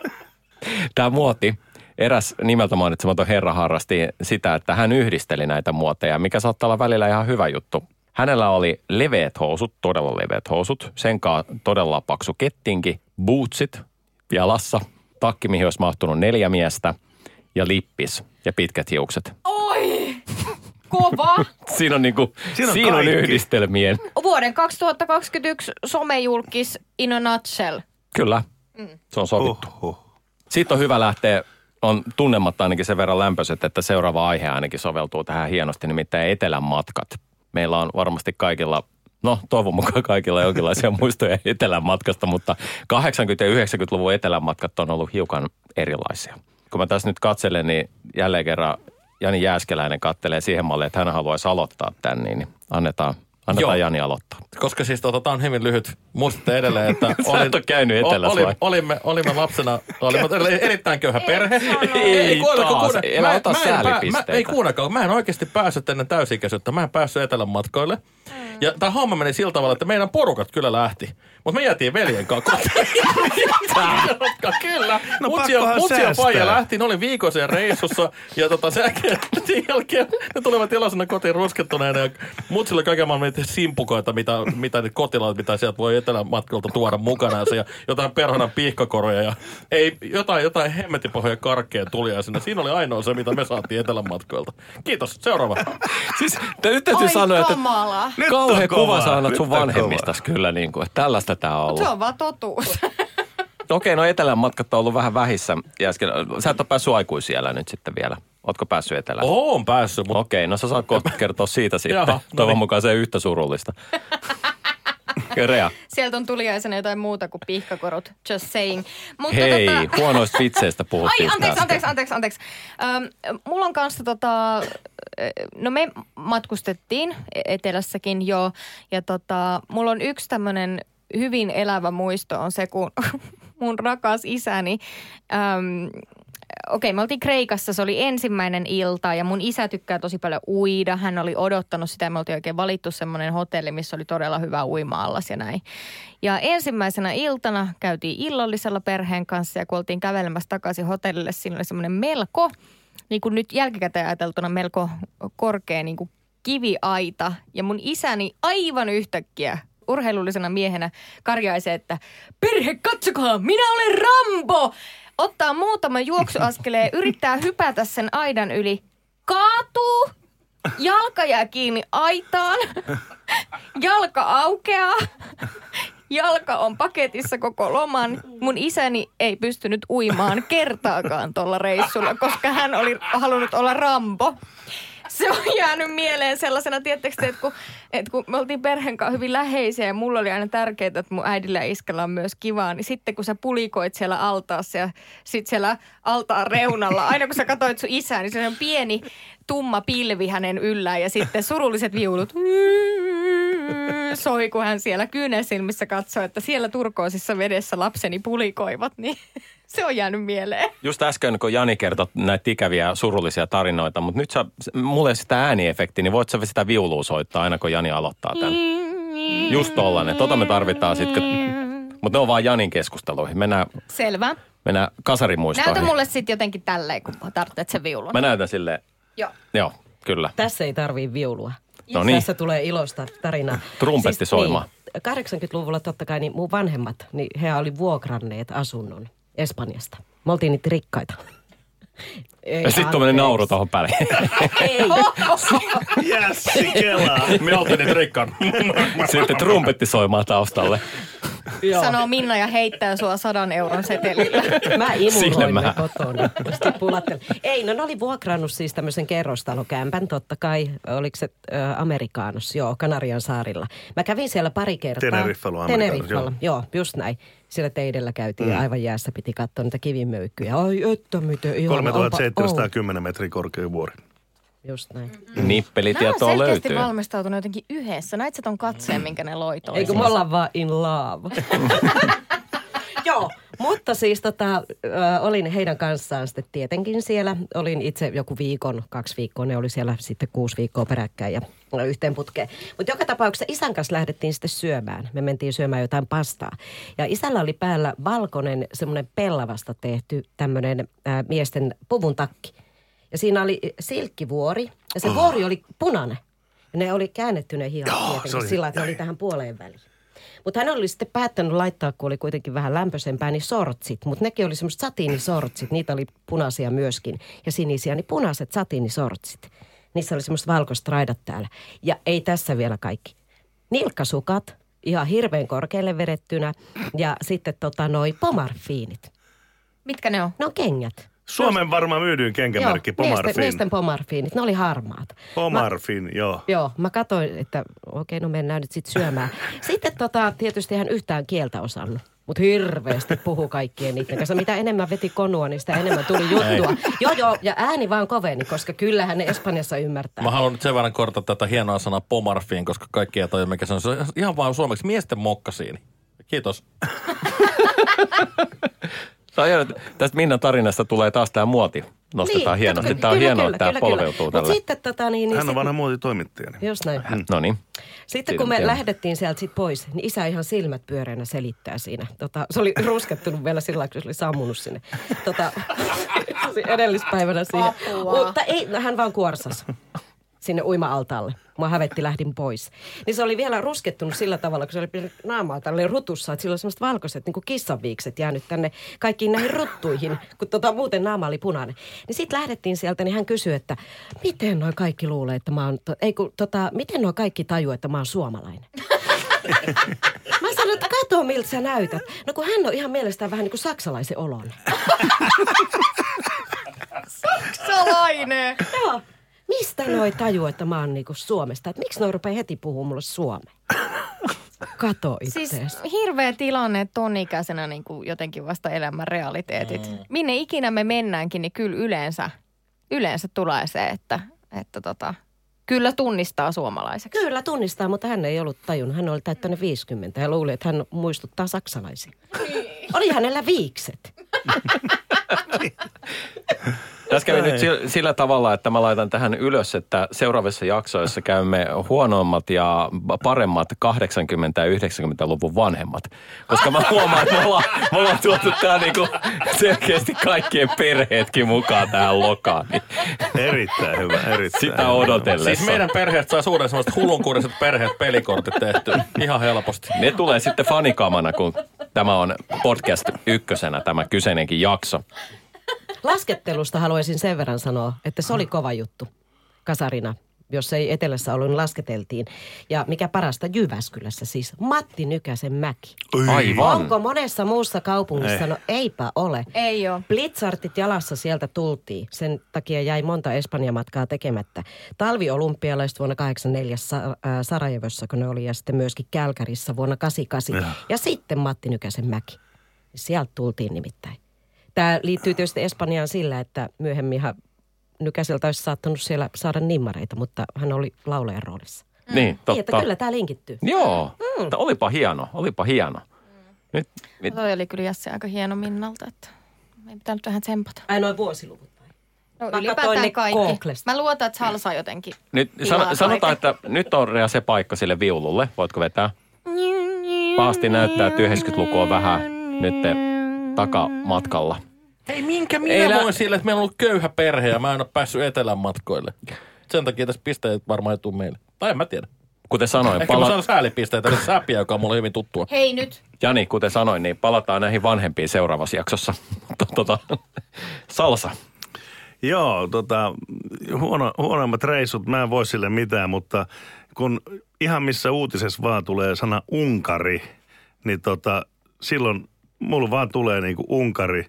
Tämä muoti, eräs nimeltä mainitsematon herra harrasti sitä, että hän yhdisteli näitä muoteja, mikä saattaa olla välillä ihan hyvä juttu. Hänellä oli leveät housut, todella leveät housut, senkaan todella paksu kettinki, bootsit jalassa, takki, mihin olisi mahtunut neljä miestä ja lippis ja pitkät hiukset. Oi! Kova! Siinä on, niinku, siinä on, siinä on yhdistelmien. Vuoden kaksituhattakaksikymmentäyksi somejulkis in a nutshell. Kyllä, mm. se on sovittu. Oho. Sitten on hyvä lähteä, on tunnematta ainakin sen verran lämpöiset, että seuraava aihe ainakin soveltuu tähän hienosti, nimittäin etelän matkat. Meillä on varmasti kaikilla, no toivon mukaan kaikilla jonkinlaisia muistoja etelän matkasta, mutta kahdeksankymmentä- ja yhdeksänkymmentäluvun etelän matkat on ollut hiukan erilaisia. Kun mä tässä nyt katselen, niin jälleen kerran Jani Jääskeläinen kattelee siihen malliin, että hän haluaisi aloittaa tämän, niin annetaan. Annetaan Jani aloittaa. Koska siis tota, tämä on hyvin lyhyt. Muistatte edelleen, että olin, et ole käynyt etelässä oli, vai? Olimme, olimme lapsena, olimme erittäin köyhä perhe. Ei, ei taas, elä ota säälipisteitä. Ei kuunnelkaan, mä en oikeasti päässyt ennen täysikäisyyttä. Mä en päässyt etelän matkoille. Mm. Ja tämä homma meni sillä tavalla, että meidän porukat kyllä lähti. Mutta me jäätiin veljen kanssa kotiin. Kyllä. No Mutsi ja faija lähti, ne oli viikoisen reissussa. Ja tota, sen jälkeen, sen jälkeen ne tulivat iloisena kotiin ruskettuneena. Ja mutsilla kaiken maailman simpukoita, mitä, mitä niitä kotilaat, mitä sieltä voi etelämatkalta tuoda mukana. Ja jotain perhanan piihkakoroja ja ei, jotain, jotain hemmetipohja karkkeen tuliaisena. Siinä oli ainoa se, mitä me saatiin etelämatkoilta. Kiitos. Seuraava. Siis nyt täytyy sanoa, että kauhean kuva sä annat sun vanhemmistas kyllä, niin kuin, että tällaista tää on ollut. Se on vaan totuus. Okei, no etelän matkat on ollut vähän vähissä. Jäsken, sä et ole päässyt aikuisiellä nyt sitten vielä. Ootko päässyt etelään? Oon päässyt. Mutta... Okei, no sä saat kohta kertoa siitä sitten. Jaha, no toivon niin. mukaan se yhtä surullista. Rea. Sieltä on tuliaisena jotain muuta kuin pihkakorot, just saying. Mutta hei, tota... huonoista vitseistä puhuttiin. Ai, anteeksi, anteeksi, anteeksi, anteeksi. Ähm, mulla on kanssa tota, no me matkustettiin etelässäkin jo, ja tota, mulla on yksi tämmönen hyvin elävä muisto on se, kun mun rakas isäni, ähm, okei, me oltiin Kreikassa, se oli ensimmäinen ilta ja mun isä tykkää tosi paljon uida. Hän oli odottanut sitä ja me oltiin oikein valittu semmoinen hotelli, missä oli todella hyvä uima-allas ja näin. Ja ensimmäisenä iltana käytiin illallisella perheen kanssa ja kun oltiin kävelemässä takaisin hotellille, siinä oli semmoinen melko, niin kuin nyt jälkikäteen ajateltuna melko korkea niin kuin kiviaita. Ja mun isäni aivan yhtäkkiä urheilullisena miehenä karjaisee, että perhe, katsokaa, minä olen Rambo! Ottaa muutama juoksuaskeleen, yrittää hypätä sen aidan yli, kaatuu, jalka jää kiinni aitaan, jalka aukeaa, jalka on paketissa koko loman. Mun isäni ei pystynyt uimaan kertaakaan tuolla reissulla, koska hän oli halunnut olla Rambo. Se on jäänyt mieleen sellaisena, tietysti, että kun, että kun me oltiin perheen kanssa hyvin läheisiä ja mulla oli aina tärkeää, että mun äidillä ja iskellä on myös kivaa, niin sitten kun sä pulikoit siellä altaassa ja sitten siellä altaan reunalla, aina kun sä katsoit sun isää, niin se on pieni tumma pilvi hänen yllään ja sitten surulliset viulut soi, kun hän siellä kyynelsilmissä katsoi, että siellä turkoosissa vedessä lapseni pulikoivat, niin se on jäänyt mieleen. Just äsken, kun Jani kertoi näitä ikäviä surullisia tarinoita, mutta nyt sä, mulle sitä ääniefekti, niin voit sä sitä viulua soittaa aina, kun Jani aloittaa tämän. Just tollanen. Tota me tarvitaan sitten. Mutta ne on vaan Janin keskusteluihin. Mennään, selvä. Mennään kasarimuistoihin. Näytä mulle sitten jotenkin tälleen, kun tarvitset sen viulun. Mä näytän silleen. Joo. Joo, kyllä. Tässä ei tarvii viulua. No niin. Tässä tulee ilosta tarinaa. Trumpetti siis, soimaan. Niin, kahdeksankymmentäluvulla totta kai niin mun vanhemmat, niin he oli vuokranneet asunnon Espanjasta. Me oltiin niitä rikkaita. Sitten tuommoinen nauru tuohon päälle. Ei. Jässi kelaa. Me oltiin nyt rikkaan. Sitten trumpetti soimaan taustalle. Sanoo Minna ja heittää sua sadan euron setelillä. Mä imuroin mä. ne kotona. Ei, no ne oli vuokrannut siis tämmöisen kerrostalokämpän, totta kai. Oliko se äh, Amerikaanos? Joo, Kanarian saarilla. Mä kävin siellä pari kertaa. Teneriffalla on Teneriffalla, joo. joo, just näin. Siellä teidellä käytiin mm. aivan jäässä, piti katsoa niitä kivimöykkyjä. Ai, että miten ihan kolmetuhattaseitsemänsataakymmenen metriä korkea vuori. Just näin. Mm. Nippelitietoa löytyy. Nämä on selkeästi valmistautunut jotenkin yhdessä. Näit sä ton katseen, minkä ne loi toisiinsa? Eikö me ollaan vaan in love? Joo, mutta siis tota, äh, olin heidän kanssaan sitten tietenkin siellä. Olin itse joku viikon, kaksi viikkoa. Ne oli siellä sitten kuusi viikkoa peräkkäin ja yhteen putkeen. Mutta joka tapauksessa isän kanssa lähdettiin sitten syömään. Me mentiin syömään jotain pastaa. Ja isällä oli päällä valkoinen semmoinen pellavasta tehty tämmöinen äh, miesten puvun takki. Ja siinä oli silkkivuori ja se oh. vuori oli punainen. Ja ne oli käännetty ne hihat tietenkin sillä, että ne oli tähän puoleen väliin. Mutta hän oli sitten päättänyt laittaa, kun oli kuitenkin vähän lämpöisempää, niin sortsit. Mutta nekin oli semmoiset satiinisortsit, niitä oli punaisia myöskin ja sinisiä, niin punaiset satiinisortsit. Niissä oli semmoiset valkoiset raidat täällä. Ja ei tässä vielä kaikki. Nilkkasukat, ihan hirveän korkealle vedettynä ja sitten tota noi pomarfiinit. Mitkä ne on? Ne on kengät. Suomen varmaan myydyin kenkämerkki, Pomarfin. Miesten, miesten pomarfiinit, ne oli harmaat. Pomarfin, mä, joo. Joo, mä katsoin, että okei, no mennään nyt sitten syömään. Sitten tota, tietysti hän yhtään kieltä osannut, mutta hirveästi puhu kaikkien niiden kanssa. Mitä enemmän veti konua, niin sitä enemmän tuli juttua. Joo, joo, ja ääni vaan koveni, koska kyllähän ne Espanjassa ymmärtää. Mä haluan nyt sen verran korjata tätä hienoa sanaa Pomarfin, koska kaikki ei tajua, mikä se on. Se on ihan vaan suomeksi miesten mokkasiini. Kiitos. Tästä Minnan tarinasta tulee taas tämä muoti. Nostetaan niin, hienosti. Tämä on kyllä, hienoa, että tämä polveutuu tälle. Sitten, tota, niin, niin Hän on sit... vanha muotitoimittaja. Just näin. Hän, no niin. Sitten kun me tiedä. lähdettiin sieltä sit pois, niin isä ihan silmät pyöreänä selittää siinä. Tota, se oli ruskettunut vielä sillä lailla, kun se oli sammunut sinne tota, edellispäivänä siihen. Apua. Mutta ei, no, hän vaan kuorsasi sinne uima-altaalle. Mua hävetti, lähdin pois. Niin se oli vielä ruskettunut sillä tavalla, kun se oli naamaa tälleen rutussa, että sillä oli semmoiset valkoiset niin kuin kissanviikset jäänyt tänne kaikkiin näihin ruttuihin, kun tota, muuten naama oli punainen. Niin sitten lähdettiin sieltä, niin hän kysyi, että miten noi kaikki luulee, että mä oon, to, ei kun, tota, miten noi kaikki tajuu, että mä oon suomalainen? Mä sanoin, että kato miltä sä näytät. No kun hän on ihan mielestään vähän niin kuin saksalaisen olon. Saksalainen! Joo. Mistä noi tajuu, että mä oon niinku Suomesta? Että miksi noi rupeaa heti puhua mulle suomea? Kato itseäsi. Siis hirveä tilanne ton ikäisenä niinku jotenkin vasta elämän realiteetit. Mm. Minne ikinä me mennäänkin, niin kyllä yleensä, yleensä tulee se, että, että tota, kyllä tunnistaa suomalaiseksi. Kyllä tunnistaa, mutta hän ei ollut tajunnut. Hän oli täyttänyt viisikymmentä ja luuli, että hän muistuttaa saksalaisia. Oli hänellä viikset. Tässä kävi nyt sillä tavalla, että mä laitan tähän ylös, että seuraavissa jaksoissa käymme huonoimmat ja paremmat kahdeksankymmentä- ja yhdeksänkymmentäluvun vanhemmat. Koska mä huomaan, että me ollaan, me ollaan tuotu tää niinku selkeästi kaikkien perheetkin mukaan tähän lokaan. Erittäin hyvä, erittäin Sitä odotellessa. Siis meidän perheet saa suuren sellaiset hullunkuriset perheet pelikortit tehty ihan helposti. Ne tulee sitten fanikamana, kun tämä on podcast ykkösenä tämä kyseinenkin jakso. Laskettelusta haluaisin sen verran sanoa, että se oli kova juttu kasarina. Jos ei etelässä ollut, niin lasketeltiin. Ja mikä parasta, Jyväskylässä siis Matti Nykäsen mäki. Aivan. Onko monessa muussa kaupungissa? Ei. No eipä ole. Ei ole. Blitzartit jalassa sieltä tultiin. Sen takia jäi monta Espanja-matkaa tekemättä. Talviolympialaiset vuonna kahdeksankymmentäneljä Sarajevossa, kun ne oli, ja sitten myöskin Kälkärissä vuonna kahdeksankymmentäkahdeksan. Ja, ja sitten Matti Nykäsen mäki. Sieltä tultiin nimittäin. Tämä liittyy tietysti Espanjaan sillä, että myöhemminhan Nykäseltä olisi saattanut siellä saada nimmareita, mutta hän oli laulajan roolissa. Mm. Niin, totta. Niin, että kyllä tämä linkittyy. Joo, mm. olipa hieno, olipa hieno. Nyt, mit... Toi oli kyllä Jassi aika hieno Minnalta, että ei pitää nyt vähän tsempata. Ai noin vuosiluvut vai? No mä ylipäätään kaikki. Googlesta. Mä luotan, että Salsa jotenkin. Nyt san- sanotaan, että nyt on Rea se paikka sille viululle. Voitko vetää? Pahasti näyttää, että yhdeksänkymmentälukua on vähän nyt takamatkalla. Hei, minkä minä Ei voin sille, että meillä on ollut köyhä perhe ja mä en ole päässyt etelän matkoille. Sen takia tässä pisteet varmaan ei tule meille. Tai en mä tiedä. Kuten sanoin, Ehkä pala- mä saan säälipisteitä, eli säpiä, joka on mulle hyvin tuttua. Hei nyt. Jani, kuten sanoin, niin palataan näihin vanhempiin seuraavassa jaksossa. tota, Salsa. Joo, tota, huono, huonoimmat reissut, mä en voi sille mitään, mutta kun ihan missä uutisessa vaan tulee sana Unkari, niin tota, silloin mulla vaan tulee niinku Unkari.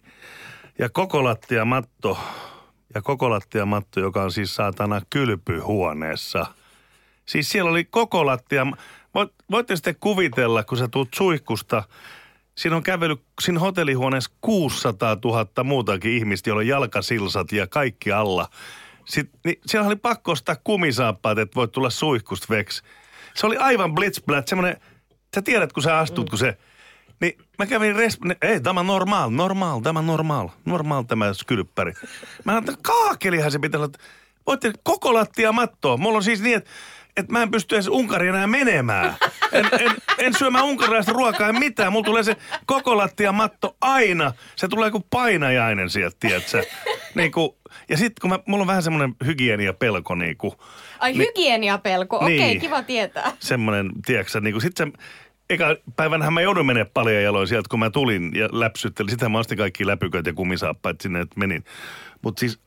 Ja koko lattiamatto, ja koko lattiamatto, joka on siis saatana kylpyhuoneessa. Siis siellä oli koko lattia. Voit, voitte sitten kuvitella, kun sä tuut suihkusta, siinä on kävellyt siinä hotellihuoneessa kuusisataatuhatta muutakin ihmistä, joilla on jalkasilsat ja kaikki alla. Sitten, niin siellä oli pakko ostaa kumisaappaat, että voit tulla suihkusta veksi. Se oli aivan blitzblat, semmoinen, sä tiedät kun sä astut, mm. kun se... Niin mä kävin res... Ei, tämä on normaal, normaal, tämä on normaal, normaal tämä kylppäri. Mä ajattelin, että kaakelihan se pitää olla, että voitte koko lattia mattoa. Mulla on siis niin, että, että mä en pysty edes Unkariin enää menemään. En, en, en syömään unkarilaista ruokaa, en mitään. Mulla tulee se koko lattia matto aina. Se tulee kuin painajainen sieltä, tiedätkö? Niin kuin, ja sitten kun mä, mulla on vähän semmoinen hygieniapelko niin kuin. Ai niin, hygieniapelko, okei, okay, kiva tietää. Semmoinen, tiedätkö niin kuin sit se... Eka päivänähän mä joudun menemään paljon jaloin sieltä, kun mä tulin ja läpsyttelin. Sitähän mä ostin kaikki läpyköt ja kumisaappaat sinne, että menin. Mutta siis,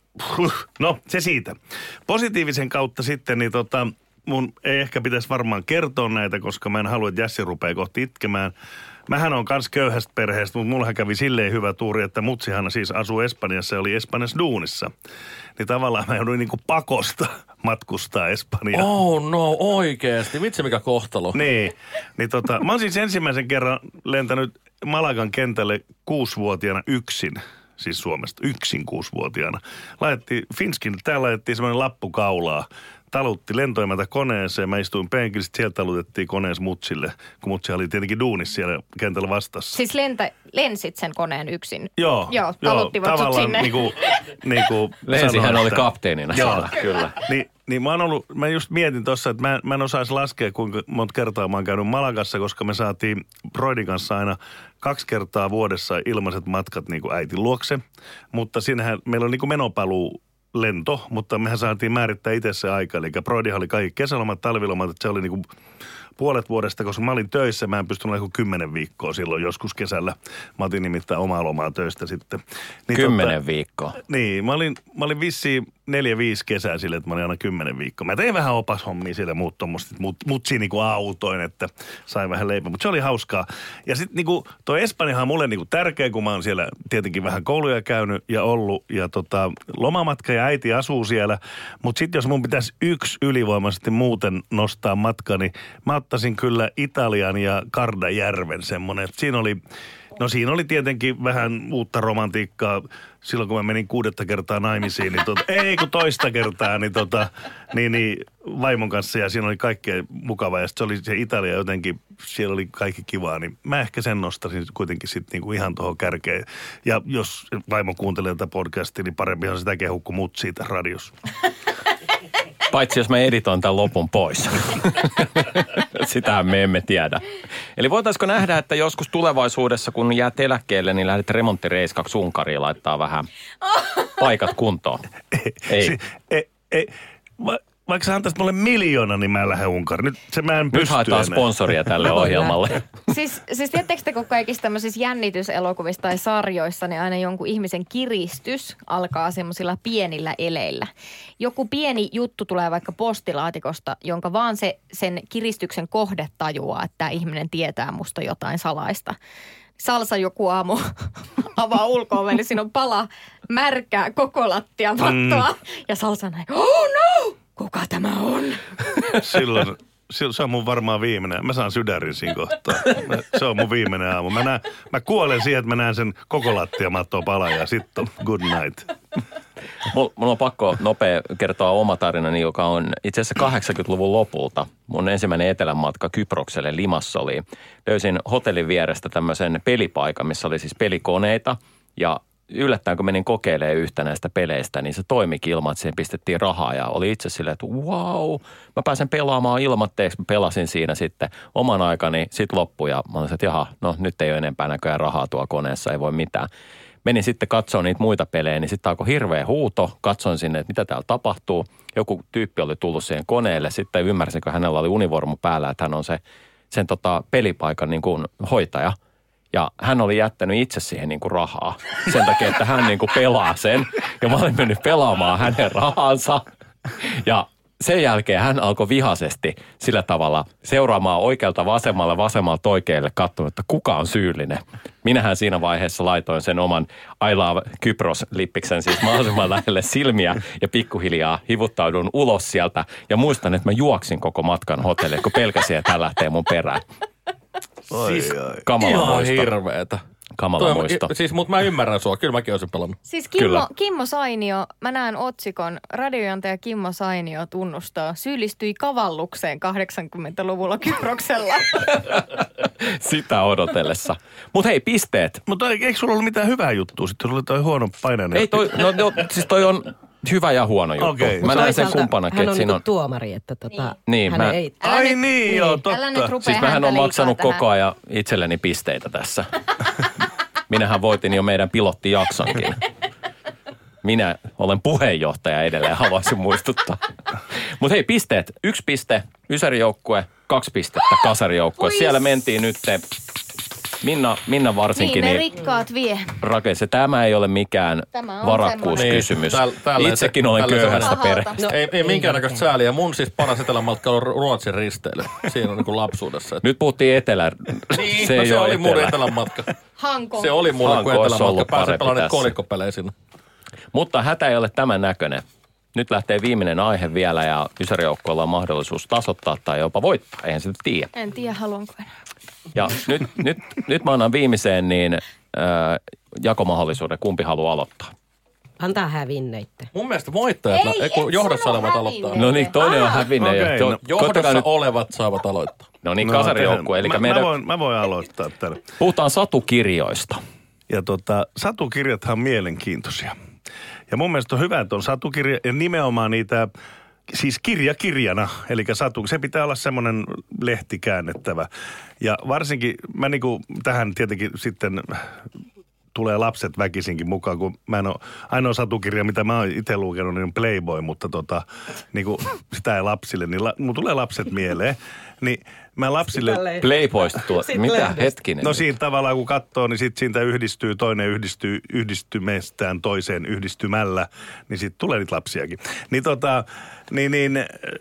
no se siitä. Positiivisen kautta sitten, niin tota, mun ei ehkä pitäisi varmaan kertoa näitä, koska mä en halua, että Jassi rupeaa kohti itkemään. Mähän on kans köyhästä perheestä, mutta mullahan kävi silleen hyvä tuuri, että mutsihan siis asuu Espanjassa ja oli Espanjassa duunissa. Niin tavallaan mä jouduin niinku pakosta matkustaa Espanjaan. Oh no, oikeesti. Vitsi mikä kohtalo. Niin. Niin tota, mä oon siis ensimmäisen kerran lentänyt Malagan kentälle kuusivuotiaana yksin. Siis Suomesta yksin kuusivuotiaana. Laitettiin, Finskin, täällä laitettiin semmoinen lappu kaulaa. Talutti lentoimelta koneeseen. Mä istuin penkillä, sitten sieltä talutettiin koneessa mutsille, kun mutsi oli tietenkin duunissa siellä kentällä vastassa. Siis lentä, lensit sen koneen yksin? Joo. Joo, taluttivat sut sinne. Niinku, niinku Lensi, hän oli kapteenina siellä, kyllä. Ni, niin mä oon ollut, mä just mietin tossa, että mä, mä en osaisi laskea, kuinka monta kertaa mä oon käynyt Malagassa, koska me saatiin Broidin kanssa aina kaksi kertaa vuodessa ilmaiset matkat niin kuin äitin luokse. Mutta siinähän meillä on niin kuin menopaluu lento, mutta mehän saatiin määrittää itse se aika. Eli Broidihan oli kaikki kesälomat, talvilomat, että se oli niin kuin puolet vuodesta, koska mä olin töissä, mä en pystynyt olla kymmenen viikkoa silloin joskus kesällä. Mä otin nimittäin omaa lomaa töistä sitten. Niin kymmenen tota, viikkoa? Niin, mä olin, mä olin vissiin neljä, viisi kesää sille, että mä olin aina kymmenen viikkoa. Mä tein vähän opashommia sille muut tommoista, mut, mutsi niinku autoin, että sain vähän leipää, mutta se oli hauskaa. Ja sitten niinku toi Espanjahan on mulle niinku tärkeä, kun mä oon siellä tietenkin vähän kouluja käynyt ja ollut. Ja tota, lomamatka ja äiti asuu siellä. Mutta sitten jos mun pitäisi yksi ylivoimaisesti muuten nostaa matka, niin mä ottaisin kyllä Italian ja Kardajärven semmonen. Siinä oli... No siinä oli tietenkin vähän uutta romantiikkaa. Silloin kun mä menin kuudetta kertaa naimisiin, niin tota, ei kun toista kertaa, niin, tota, niin, niin vaimon kanssa ja siinä oli kaikkea mukavaa. Ja se oli se Italia jotenkin, siellä oli kaikki kivaa, niin mä ehkä sen nostaisin kuitenkin sitten niinku ihan tuohon kärkeen. Ja jos vaimo kuuntelee tätä podcastia, niin parempihan sitä kehu kuin mut siitä radiossa. Paitsi jos mä editoin tämän lopun pois. Sitähän me emme tiedä. Eli voitaisiko nähdä, että joskus tulevaisuudessa, kun jäät eläkkeelle, niin lähdet remonttireiskaksi Unkariin laittaa vähän paikat kuntoon? Ei. Si- ei, ei. Va- vaikka sä antaisit mulle miljoona, niin mä lähden Unkariin. Nyt se mä en pysty Nyt haetaan enää sponsoria tälle ohjelmalle. Siis, siis tiedättekö te, kun kaikissa tämmöisissä jännityselokuvissa tai sarjoissa, niin aina jonkun ihmisen kiristys alkaa semmoisilla pienillä eleillä. Joku pieni juttu tulee vaikka postilaatikosta, jonka vaan se sen kiristyksen kohde tajuaa, että tämä ihminen tietää musta jotain salaista. Salsa joku aamu avaa ulko-oven, niin siinä on pala märkää koko lattiamattoa. Mm. Ja Salsa näin, oh no! Kuka tämä on? Silloin, silloin se on mun varmaan viimeinen. Mä saan sydärin siinä kohtaa. Se on mun viimeinen aamu. Mä, näen, mä kuolen siihen, että mä näen sen koko lattiamattoa palaa ja sitten good night. Mulla on pakko nopea kertoa oma tarinani, joka on itse asiassa kahdeksankymmentäluvun lopulta. Mun ensimmäinen etelänmatka Kyprokselle Limassoliin. Löysin hotellin vierestä tämmöisen pelipaikan, missä oli siis pelikoneita. Ja yllättäen, kun menin kokeilemaan yhtä näistä peleistä, niin se toimikin ilman, että siihen pistettiin rahaa. Ja oli itse silleen, että wow, mä pääsen pelaamaan ilmatteeksi. Mä pelasin siinä sitten oman aikani, sitten loppui. Ja mä olin, että jaha, no nyt ei ole enempää näköjään rahaa tuolla koneessa, ei voi mitään. menin sitten katsomaan niitä muita pelejä, niin sitten alkoi hirveä huuto. Katsoin sinne, että mitä täällä tapahtuu. Joku tyyppi oli tullut siihen koneelle. Sitten ymmärsin, kun hänellä oli univormu päällä, että hän on se, sen tota pelipaikan niin kuin hoitaja. Ja hän oli jättänyt itse siihen niin kuin rahaa sen takia, että hän niin kuin pelaa sen. Ja mä olin mennyt pelaamaan hänen rahansa. Ja sen jälkeen hän alkoi vihaisesti sillä tavalla seuraamaan oikealta vasemmalle, vasemmalta oikealle, katsomaan, että kuka on syyllinen. Minähän siinä vaiheessa laitoin sen oman I Love Kypros-lippiksen siis mahdollisimman lähelle silmiä ja pikkuhiljaa hivuttaudun ulos sieltä. Ja muistan, että mä juoksin koko matkan hotellille, kun pelkäsin, että hän lähtee mun perään. Siis kamala muisto. Hirveetä. Kamala Toi, muisto. Siis, mutta mä ymmärrän sua. Kyllä mäkin olisin pelannut. Siis Kimmo, Kimmo Sainio, mä näen otsikon, radiojuontaja Kimmo Sainio tunnustaa, syyllistyi kavallukseen kahdeksankymmentäluvulla Kyproksella. Sitä odotellessa. Mutta hei, pisteet. Mutta eikö sulla ollut mitään hyvää juttua? Sitten sulla oli toi huono painainen. Ei toi, no, no siis toi on hyvä ja huono juttu. Okay. Mä näen sen kumpanakin. Hän on siinä on tuomari, että tota, niin, hän mä, ei... Ai nyt, niin, joo, totta. Älä nyt rupea siis mähän on maksanut tähän. koko ajan itselleni pisteitä tässä. Minähän voitin jo meidän pilottijaksonkin. Minä olen puheenjohtaja edelleen, haluaisin muistuttaa. Mutta hei, pisteet. Yksi piste, Ysärijoukkue, kaksi pistettä, Kasarijoukkue. Siellä mentiin nyt, Minna, Minna varsinkin. Niin, ne rikkaat vie. Rakensi. Tämä ei ole mikään varakkuuskysymys. Niin, täl, Itsekin olen köyhästä perheestä. No, ei ei minkäännäköistä sääliä. Mun siis paras etelämatka on Ruotsin risteily. Siinä on niin kuin lapsuudessa. Että... Nyt puhuttiin etelä. Niin, se, no, ei se ole oli etelä. mun etelämatka. Hanko. Se oli mulla Hanko kuin olisi etelämatka. ollut Pääsin parempi pelaamaan tässä. kolikkopelejä siinä. Mutta hätä ei ole tämän näköinen. Nyt lähtee viimeinen aihe vielä ja Ysärijoukkueella on mahdollisuus tasoittaa tai jopa voittaa. Eihän sitä tiedä. En tiedä, haluanko enää. Ja nyt, nyt, nyt mä annan viimeiseen niin äh, jakomahdollisuuden. Kumpi haluaa aloittaa? Antaa hävinneitte. Mun mielestä voittajat, Ei, kun et johdossa sano olevat hävinneet. aloittaa. No niin, toinen on hävinnyt. okei, Jo- no, Johdossa nyt- olevat saavat aloittaa. No niin, No, Kasarijoukkue. Eli mä, meidän... mä, voin, mä voin aloittaa tällä. Puhutaan satukirjoista. Ja tota, satukirjathan on mielenkiintoisia. Ja mun mielestä on hyvä, että on satukirja ja nimenomaan niitä, siis kirja kirjana, eli satu, se pitää olla semmoinen lehti käännettävä. Ja varsinkin, mä niinku tähän tietenkin sitten tulee lapset väkisinkin mukaan, kun mä en ole, ainoa satukirja, mitä mä oon itse lukenut, niin on Playboy, mutta tota, niinku sitä ei lapsille, niin la, mun tulee lapset mieleen. Niin mä lapsille... Playboysta tuo. Mitä? Hetkinen. No siinä tavallaan kun katsoo, niin sitten siitä yhdistyy, toinen yhdistyy yhdistymestään toiseen yhdistymällä, niin sitten tulee niitä lapsiakin. Niin tota, niin, niin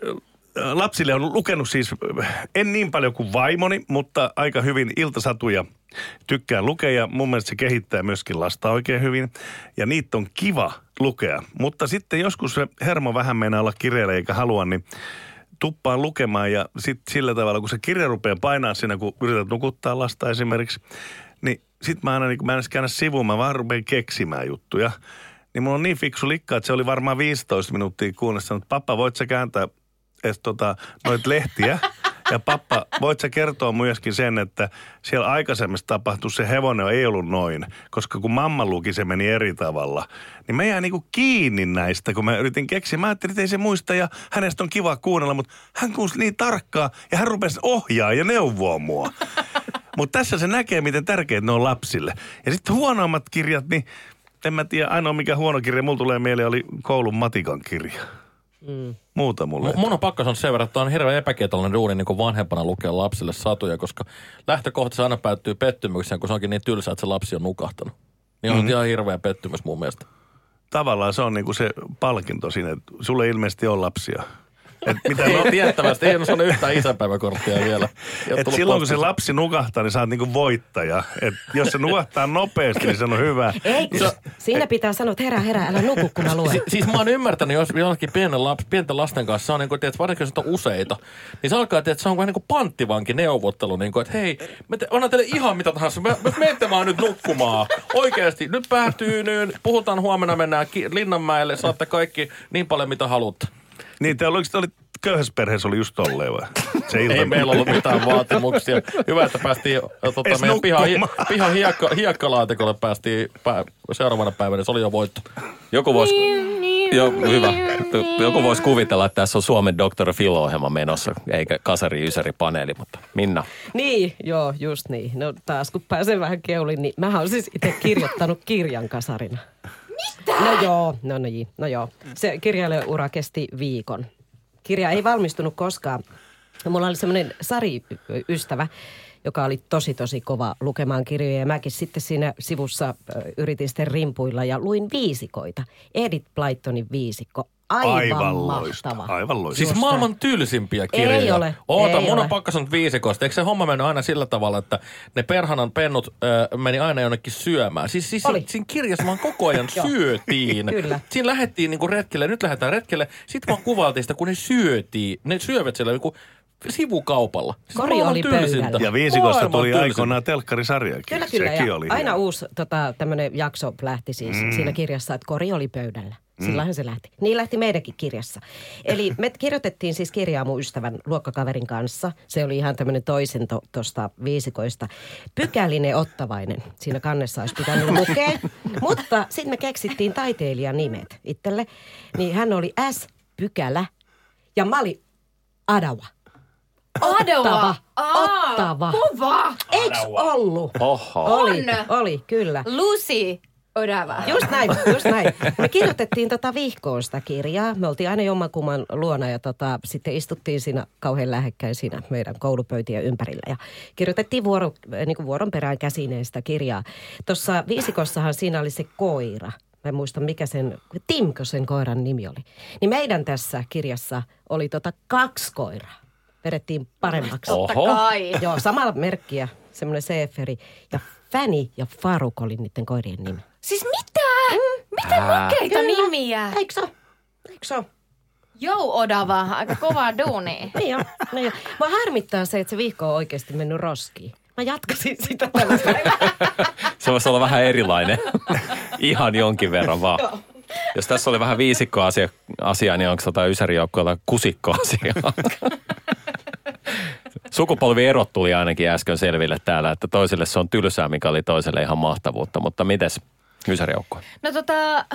lapsille on lukenut siis, en niin paljon kuin vaimoni, mutta aika hyvin iltasatuja tykkään lukea ja mun mielestä se kehittää myöskin lasta oikein hyvin. Ja niitä on kiva lukea, mutta sitten joskus se hermo vähän meinaa olla kireellä eikä halua, niin tuppaan lukemaan ja sitten sillä tavalla, kun se kirja rupeaa painaa siinä, kun yrität nukuttaa lasta esimerkiksi, niin sitten mä aina, niin kun mä en edes käännä sivuun, mä vaan rupean keksimään juttuja. Niin mulla on niin fiksu likka, että se oli varmaan viisitoista minuuttia kuunnessa, että pappa, voit sä kääntää edes tota, noit lehtiä? Ja pappa, voit sä kertoa myöskin sen, että siellä aikaisemmassa tapahtui se hevonen ei ollut noin, koska kun mamma luki, se meni eri tavalla. Niin mä jäin niinku kiinni näistä, kun mä yritin keksiä. Mä ajattelin, että ei se muista ja hänestä on kiva kuunnella, mutta hän kuunsi niin tarkkaa ja hän rupesi ohjaa ja neuvoa mua. Mutta tässä se näkee, miten tärkeät ne on lapsille. Ja sitten huonoimmat kirjat, niin en mä tiedä, ainoa mikä huono kirja mulla tulee mieleen oli koulun matikan kirja. Mm. Muuta mulle. Mun on pakko sanoa sen verran, että on hirveän epäkietollinen duuni niin kuin vanhempana lukea lapsille satuja, koska lähtökohtaisesti aina päättyy pettymykseen, kun se onkin niin tylsää, että se lapsi on nukahtanut. Niin on mm. ihan hirveä pettymys mun mielestä. Tavallaan se on niinku se palkinto siinä, että sulle ilmeisesti on lapsia. Et mitä no... Tiettävästi, ei ole saanut yhtään isänpäiväkorttia vielä. Et silloin kun se lapsi nukahtaa, niin sä oot niinku voittaja. Et jos se nukahtaa nopeasti, niin se on hyvä. Ei, se... siinä pitää sanoa, että herää, herää, älä nuku, kun mä luen. Si- siis mä oon ymmärtänyt, jos jollakin pienen laps, pienten lasten kanssa, se on niin kuin, että varsinkin jos on useita, niin se alkaa, että se on kuin niin kuin panttivankin neuvottelu, niin kuin, että hei, me te, annan teille ihan mitä tahansa, me, me menette vaan nyt nukkumaan. Oikeasti, nyt päätyy nyt, puhutaan huomenna, mennään ki- Linnanmäelle, saatte kaikki niin paljon mitä haluatte. Niin, te oliko, oli köyhässä perheessä oli just tolleen vai? Se ilta... Ei meillä ollut mitään vaatimuksia. Hyvä, että päästiin tota, meidän pihan, pihan hiekka, hiekkalaatikolle päästiin pää, seuraavana päivänä. Se oli jo voitto. Joku voisi... Joo, hyvä. Joku voisi kuvitella, että tässä on Suomen doktor Phil-ohjelma menossa, eikä kasari-ysäri-paneeli, mutta Minna. Niin, joo, just niin. No taas kun pääsen vähän keulin, niin mä oon siis itse kirjoittanut kirjan kasarina. Mitä? No joo, no niin, no joo. Se kirjailijaura kesti viikon. Kirja ei valmistunut koskaan. Mulla oli semmoinen Sari-ystävä, joka oli tosi tosi kova lukemaan kirjoja. Ja mäkin sitten siinä sivussa yritin sitten rimpuilla ja luin viisikoita. Edith Blytonin viisikko. Aivan, aivan mahtava. Loista, aivan loista. Siis maailman tylsimpiä kirjoja. Ei ole. Oota, ei mun ole. on pakko sanoa viisikosta. Eikö se homma mennyt aina sillä tavalla, että ne perhanan pennut ö, meni aina jonnekin syömään? Siis, siis Oli. siinä kirjassa vaan koko ajan syötiin. Kyllä. Siinä lähdettiin niinku retkelle, nyt lähdetään retkelle. Sitten vaan kuvailtiin sitä, kun ne syötiin. Ne syövät siellä joku sivukaupalla. Siis Kori maailman oli tylsintä. pöydällä. Ja viisikosta Maailman tuli tylsintä. aikoinaan telkkarisarjakin. Kyllä, kyllä. Sekin Ja oli aina hieno. uusi tota, tämmöinen jakso lähti siis mm. siinä kirjassa, että Kori oli pöydällä. Sillähän se lähti. Niin lähti meidänkin kirjassa. Eli me kirjoitettiin siis kirjaa mun ystävän luokkakaverin kanssa. Se oli ihan tämmöinen toisinto tuosta viisikoista. Pykälinen Ottavainen. Siinä kannessa olisi pitänyt lukea. Mutta sitten me keksittiin taiteilijan nimet itselle. Niin hän oli S. Pykälä ja mä olin Adawa. Ottava. Ottava. Kova. Eiks ollut? Oho. Oli, On. oli, kyllä. Lucy Odava. Just näin, just näin. Me kirjoitettiin tota vihkoon sitä kirjaa. Me oltiin aina jommankumman luona ja tota, sitten istuttiin siinä kauhean lähekkäin siinä meidän koulupöytien ympärillä. Ja kirjoitettiin vuoro, niin kuin vuoron perään käsineen sitä kirjaa. Tuossa viisikossahan siinä oli se koira. Mä en muista mikä sen, Timko sen koiran nimi oli. Niin meidän tässä kirjassa oli tota kaksi koiraa. Vedettiin paremmaksi. Totta Oho. kai. Joo, samalla merkkiä, semmoinen Seeferi. Ja Fanny ja Faruk oli niiden koirien nimi. Siis mitä? Mitä makeita Kyllä. nimiä? Eikö se ole? Eikö se ole? Jou Odava, aika kovaa duunia. Niin jo, niin jo. Mua harmittaa se, että se vihko on oikeasti mennyt roskiin. Mä jatkasin sitä tänä päivänä. Se voisi olla vähän erilainen. Ihan jonkin verran vaan. Jos tässä oli vähän viisikkoasia, asia, niin onko tota ysärijoukkueella kusikkoasiaa? Sukupolvierot tuli ainakin äsken selville täällä, että toiselle se on tylsää, mikä oli toiselle ihan mahtavuutta. Mutta mites ysärijoukkue? No tota, äh,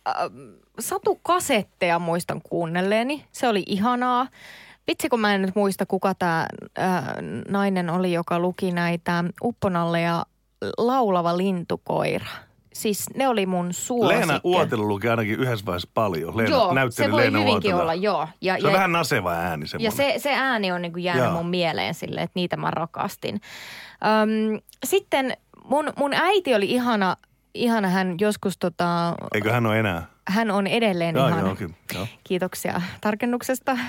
Satu-kasetteja muistan kuunnelleeni. Se oli ihanaa. Vitsi, kun mä en nyt muista, kuka tämä äh, nainen oli, joka luki näitä Upponalle ja Laulava lintukoira. Siis ne oli mun suosikkeja. Leena Uotila luki ainakin yhdessä vaiheessa paljon. Leena Joo, näytteli se voi Leena hyvinkin Uotila. olla, joo. Ja, Se on ja, vähän naseva ääni ja semmoinen. se, se ääni on niinku jäänyt Joo. mun mieleen silleen, että niitä mä rakastin. Öm, sitten mun, mun äiti oli ihana, ihana hän joskus tota... Eikö hän ole enää? Hän on edelleen Joo, ihana. joo, kyllä, joo. Kiitoksia tarkennuksesta.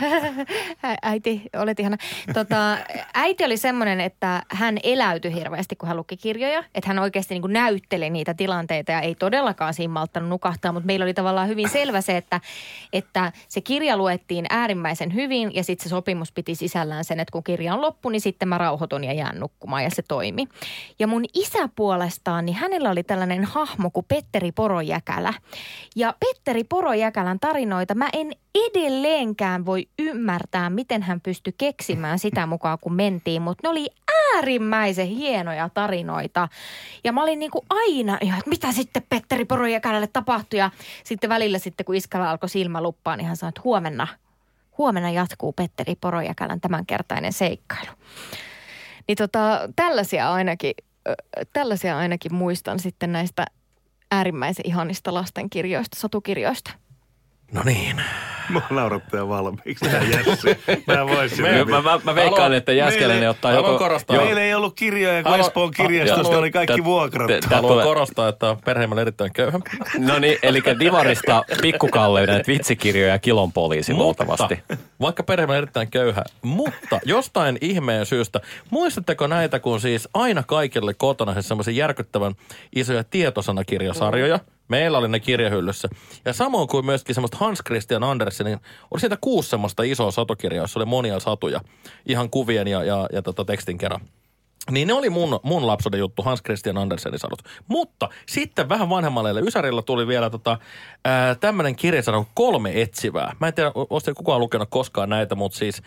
Äiti, olet ihana. Tota, äiti oli semmoinen, että hän eläytyi hirveästi, kun hän luki kirjoja. Että hän oikeasti niin kuin näytteli niitä tilanteita ja ei todellakaan siinä malttanut nukahtaa. Mutta meillä oli tavallaan hyvin selvä se, että, että se kirja luettiin äärimmäisen hyvin ja sitten se sopimus piti sisällään sen, että kun kirja on loppu, niin sitten mä rauhoitun ja jään nukkumaan ja se toimi. Ja mun isä puolestaan, niin hänellä oli tällainen hahmo kuin Petteri Porojäkälä. Ja Petteri Porojäkälän tarinoita mä en edelleenkään voi ymmärtää, miten hän pystyi keksimään sitä mukaan, kun mentiin. Mutta ne oli äärimmäisen hienoja tarinoita. Ja mä olin niinku aina, että mitä sitten Petteri Porojäkälälle tapahtui. Ja sitten välillä sitten, kun iskällä alkoi silmä luppaa, niin hän sanoi, että huomenna, huomenna jatkuu Petteri Porojäkälän tämänkertainen seikkailu. Niin tota, tällaisia ainakin, tällaisia ainakin muistan sitten näistä äärimmäisen ihanista lastenkirjoista, satukirjoista. No niin. Mua naurattaa valmiiksi. Tää Jässi. Mä voisin. Mä, mä, mä, mä veikkaan, että Jääskeläinen ottaa haluan joko... korostaa. jo- Meillä ei ollut kirjoja, kun Haluan- Espoon kirjastosta Ah, oli kaikki tät- vuokrattu. tät- Haluan tulee- korostaa, että perheemme on erittäin köyhä. No niin, eli Divarista Pikkukalle näitä vitsikirjoja kilon poliisi luultavasti. Vaikka perheemme on erittäin köyhä, mutta jostain ihmeen syystä, muistatteko näitä, kun siis aina kaikille kotona siis semmoisen järkyttävän isoja tietosanakirjasarjoja? Meillä oli ne kirjahyllyssä. Ja samoin kuin myöskin semmoista Hans Christian Andersenin, oli sieltä kuusi semmoista isoa satokirjaa, jossa oli monia satuja, ihan kuvien ja, ja, ja tota tekstin kerran. Niin ne oli mun, mun lapsuuden juttu, Hans Christian Andersenin sadut. Mutta sitten vähän vanhemmalle Ysärillä tuli vielä tota, ää, tämmöinen kirjasarja kuin Kolme etsivää. Mä en tiedä, olisiko kukaan lukenut koskaan näitä, mutta siis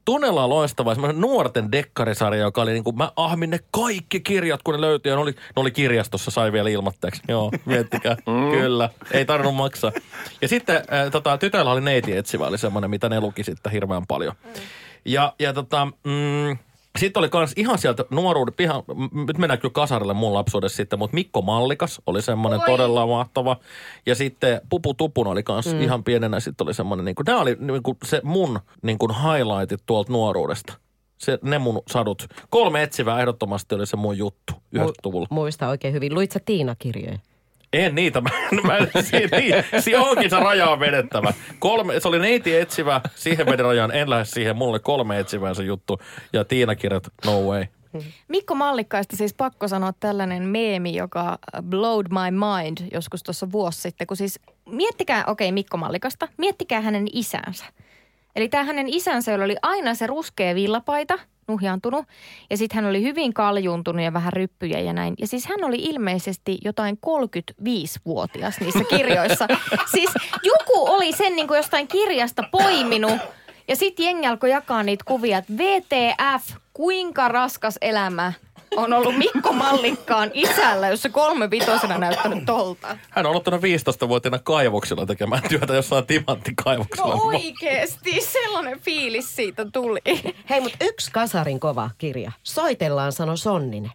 todella loistava semmoinen nuorten dekkarisarja, joka oli niin kuin, mä ahmin ne kaikki kirjat, kun ne löytyi. Ja ne oli, ne oli kirjastossa, sai vielä ilmatteeksi. Joo, miettikää. Mm. Kyllä, ei tarvinnut maksaa. Ja sitten äh, tota, tytöillä oli neiti etsivä, oli semmoinen, mitä ne luki sitten hirveän paljon. Mm. Ja, ja tota... Mm, sitten oli kans ihan sieltä nuoruuden, ihan, nyt mennään kyllä kasarille mun lapsuudessa sitten, mutta Mikko Mallikas oli semmoinen todella mahtava. Ja sitten Pupu Tupun oli kans mm. ihan pienenä, sitten oli semmoinen, niin kuin, nämä oli niin kuin se mun niin kuin highlightit tuolta nuoruudesta. Se, ne mun sadut. Kolme etsivää ehdottomasti oli se mun juttu yhdeksänkymmentäluvulla. Muista oikein hyvin. Luit sä Tiina-kirjoja? En niitä. Mä, mä, siinä, siinä onkin se raja on vedettävä. Kolme, se oli neiti etsivä, siihen veden rajan, en lähde siihen. Mulla oli kolme etsivää se juttu ja Tiina-kirjat, no way. Mikko Mallikkaista siis pakko sanoa tällainen meemi, joka blowed my mind joskus tuossa vuosi sitten. Kun siis miettikää, okei okay, Mikko Mallikasta, miettikää hänen isänsä. Eli tämä hänen isänsä, jolla oli aina se ruskea villapaita, nuhjaantunut. Ja sitten hän oli hyvin kaljuntunut ja vähän ryppyjä ja näin. Ja siis hän oli ilmeisesti jotain kolmekymmentäviisivuotias niissä kirjoissa. Siis joku oli sen niin kuin jostain kirjasta poiminut. Ja sitten jengi alkoi jakaa niitä kuvia, että V T F, kuinka raskas elämä on ollut Mikko Mallikkaan isällä, jossa kolme vitosena näyttänyt tolta. Hän on aloittanut viisitoistavuotiaana kaivoksilla tekemään työtä jossain timanttikaivoksella. No oikeesti, sellainen fiilis siitä tuli. Hei, mutta yksi kasarin kova kirja. Soitellaan, sano Sonninen.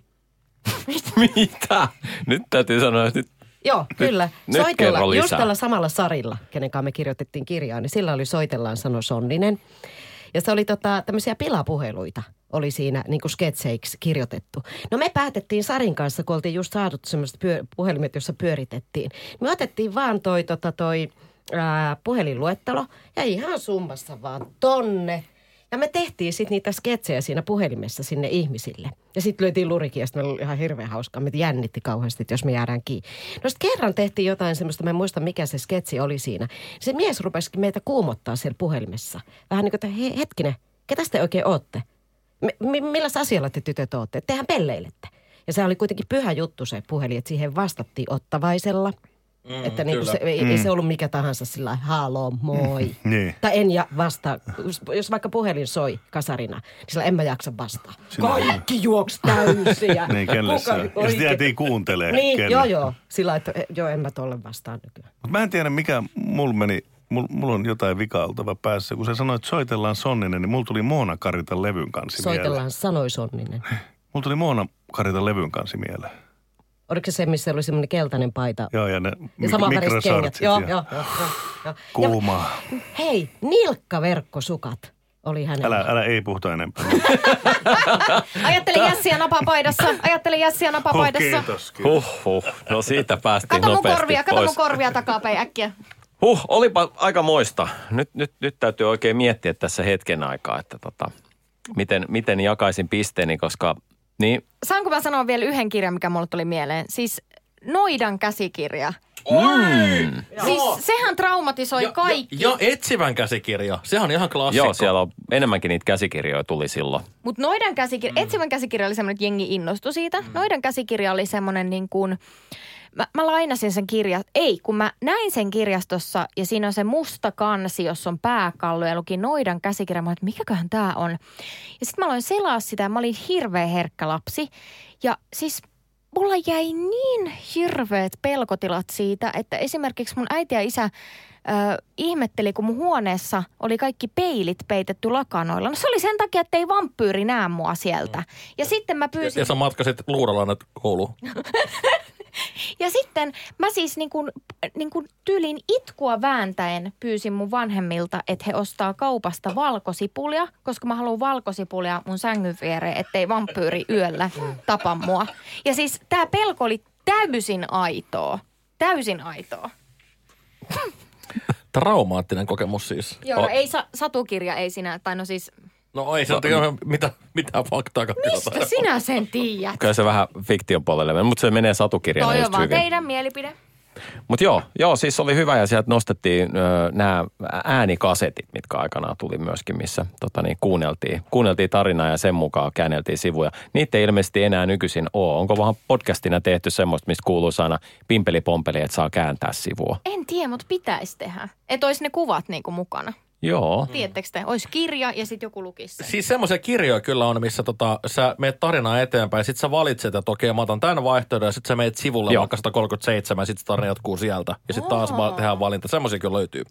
Mitä? Nyt täytyy sanoa, että nyt... Joo, kyllä. Nyt, Soitellaan, nyt just tällä samalla Sarilla, kenen kanssa me kirjoitettiin kirjaa, niin sillä oli Soitellaan, sano Sonninen. Ja se oli tota, tämmöisiä pilapuheluita oli siinä niin kuin sketseiksi kirjoitettu. No me päätettiin Sarin kanssa, kun oltiin just saadut semmoiset pyö- puhelimet, jossa pyöritettiin. Me otettiin vaan toi, tota, toi ää, puhelinluettelo ja ihan summassa vaan tonne. Ja me tehtiin sitten niitä sketsejä siinä puhelimessa sinne ihmisille. Ja sitten löytiin lurikin ja sitten meillä oli ihan hirveän hauskaa. Me jännitti kauheasti, että jos me jäädään kiinni. No sitten kerran tehtiin jotain semmoista, mä en muista mikä se sketsi oli siinä. Se mies rupesikin meitä kuumottaa siellä puhelimessa. Vähän niin kuin, että he, hetkinen, ketä te oikein ootte? M- milläs asialla te tytöt ootte? Tehän pelleilette. Ja se oli kuitenkin pyhä juttu se puhelin, että siihen vastattiin ottavaisella. Mm, että niin se, ei, mm. ei se ollut mikä tahansa sillä haloo, moi. Niin. Tai en ja vastaa. Jos vaikka puhelin soi kasarina, niin sillä en mä jaksa vastaa. Sinä kaikki juoksi täysiä. Niin, kelle se on. Ja sitten jäätiin kuuntelemaan. Niin, kelle. joo joo. Sillä että joo, en mä tolle vastaan nykyään. Mut mä en tiedä mikä mulla meni. Mulla mul on jotain vika oltava päässä. Kun sä sanoit, että soitellaan Sonninen, niin mulla tuli Moona Karitan levyn kansi mieleen. Soitellaan, sanoi Sonninen. Mulla tuli Moona Karitan levyn kansi mieleen. Oliko se se, missä oli semmoinen keltainen paita? Joo, ja ne ja samanväriset kengät. Joo, joo, joo, joo, joo. Kuumaa. Ja, hei, nilkkaverkkosukat oli hänellä. Älä, älä ei puhuta enempää. Ajattelin jässiä napapaidassa. Ajattelin jässiä napapaidassa. Huh, kiitos, kiitos. Huh, huh. No siitä päästiin kato nopeasti korvia, pois. Kato mun korvia takapäin äkkiä. Huh, olipa aika moista. Nyt, nyt, nyt täytyy oikein miettiä tässä hetken aikaa, että tota, miten, miten jakaisin pisteeni, koska... Niin. Saanko mä sanoa vielä yhden kirjan, mikä mulle tuli mieleen? Siis Noidan käsikirja. Mm. Siis sehän traumatisoi ja, kaikki. Ja, ja etsivän käsikirja. Sehän on ihan klassikko. Joo, siellä on enemmänkin niitä käsikirjoja tuli silloin. Mutta Noidan käsikirja, mm. etsivän käsikirja oli semmoinen, että jengi innostui siitä. Mm. Noidan käsikirja oli semmoinen niin kuin... Mä, mä lainasin sen kirja, ei kun mä näin sen kirjastossa ja siinä on se musta kansi, jossa on pääkallo ja luki Noidan käsikirja. Mä olin, että mikäköhän tää on. Ja sitten mä aloin selaa sitä ja mä olin hirveä herkkä lapsi. Ja siis mulla jäi niin hirveät pelkotilat siitä, että esimerkiksi mun äiti ja isä... Öö, ihmetteli, kun mun huoneessa oli kaikki peilit peitetty lakanoilla. No se oli sen takia, että ei vampyyri näe mua sieltä. Ja sitten mä pyysin... Ja, ja sä matkasit luuralannat kouluun. Ja sitten mä siis niin kuin, niin kuin tyylin itkua vääntäen pyysin mun vanhemmilta, että he ostaa kaupasta valkosipulia, koska mä haluan valkosipulia mun sängyn viereen, ettei vampyyri yöllä tapa mua. Ja siis tää pelko oli täysin aitoa. Täysin aitoa. Traumaattinen kokemus siis. Joo, no ei sa- satukirja, ei sinä, tai no siis... No ei se ole mitä, mitä faktaa. Mistä sinä sen tiedät? Kyllä se vähän fiktion puolelle, mutta se menee satukirjana just hyvin. Toi on vaan teidän mielipide. Mutta joo, joo, siis oli hyvä ja sieltä nostettiin nämä äänikasetit, mitkä aikanaan tuli myöskin, missä tota niin, kuunneltiin, kuunneltiin tarinaa ja sen mukaan käänneltiin sivuja. Niitä ei ilmeisesti enää nykyisin ole. Onko vaan podcastina tehty semmoista, mistä kuuluu aina pimpeli-pompeli, että saa kääntää sivua? En tiedä, mutta pitäisi tehdä. Että olisi ne kuvat niinku mukana. Joo. Tiedättekö te? Olisi kirja ja sitten joku lukisi sen. Siis semmoisia kirjoja kyllä on, missä tota, sä meet tarinaa eteenpäin, sit sä valitset, että okei, mä otan tämän vaihtoehdon ja sit sä meet sivulle vaikka sata kolmekymmentäseitsemän ja sit se tarina jatkuu sieltä. Ja sit taas va- tehdään valinta. Semmoisia kyllä löytyy.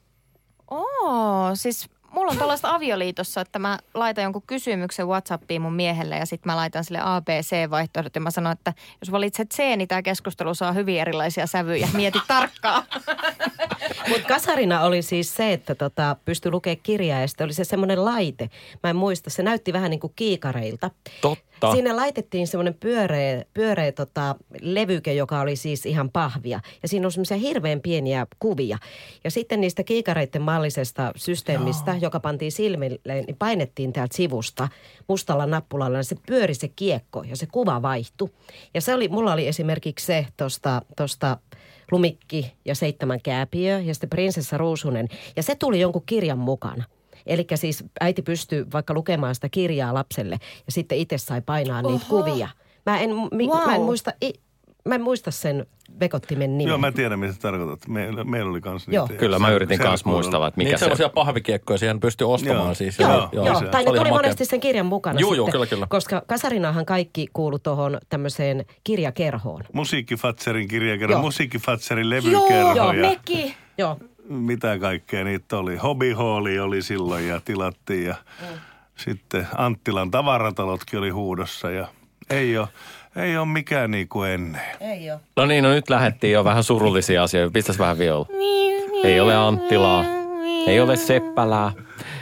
Oo, siis mulla on tuollaista avioliitossa, että mä laitan jonkun kysymyksen WhatsAppiin mun miehelle ja sitten mä laitan sille A, B, C-vaihtoehdot ja mä sanon, että jos valitset C, niin tämä keskustelu saa hyvin erilaisia sävyjä. Mieti tarkkaan. Mutta kasarina oli siis se, että tota, pystyi lukemaan kirjaa ja sitten oli se semmoinen laite. Mä en muista, se näytti vähän niin kuin kiikareilta. Totta. Sinne laitettiin semmoinen pyöreä, pyöreä tota, levyke, joka oli siis ihan pahvia. Ja siinä on semmoisia hirveän pieniä kuvia. Ja sitten niistä kiikareiden mallisesta systeemistä, joka pantiin silmille, niin painettiin täältä sivusta mustalla nappulalla. Ja se pyöri se kiekko ja se kuva vaihtui. Ja se oli, mulla oli esimerkiksi se tosta, tosta Lumikki ja seitsemän kääpiö ja sitten Prinsessa Ruusunen. Ja se tuli jonkun kirjan mukana. Eli siis äiti pystyy vaikka lukemaan sitä kirjaa lapselle ja sitten itse sai painaa Oho. niitä kuvia. Mä en, mi, wow. mä en muista... I, Mä en muista sen vekottimen nimen. Joo, mä tiedän, mitä tarkoitat. Meillä, meillä oli kans niitä. Kyllä, mä yritin kans muistella, että mikä niitä se... Niitä sellaisia pahvikiekkoja siihen pystyy ostamaan joo. siis. Joo, joo, joo. Tai ne tuli makea. monesti sen kirjan mukana Joo, sitten, joo, kyllä, kyllä. Koska kasarinahan kaikki kuului tuohon tämmöiseen kirjakerhoon. Musiikkifatserin kirjakerho, joo. musiikkifatserin levykerho. Joo, ja mekin. Joo. Mitä kaikkea niitä oli. Hobbyhalli oli silloin ja tilattiin ja mm. sitten Anttilan tavaratalotkin oli huudossa ja ei ole... Ei ole mikään niin kuin ennen. Ei ole. No niin, no nyt lähdettiin jo vähän surullisia asioita. Pistäs vähän violla. Ei ole Anttilaa. Ei ole Seppälää.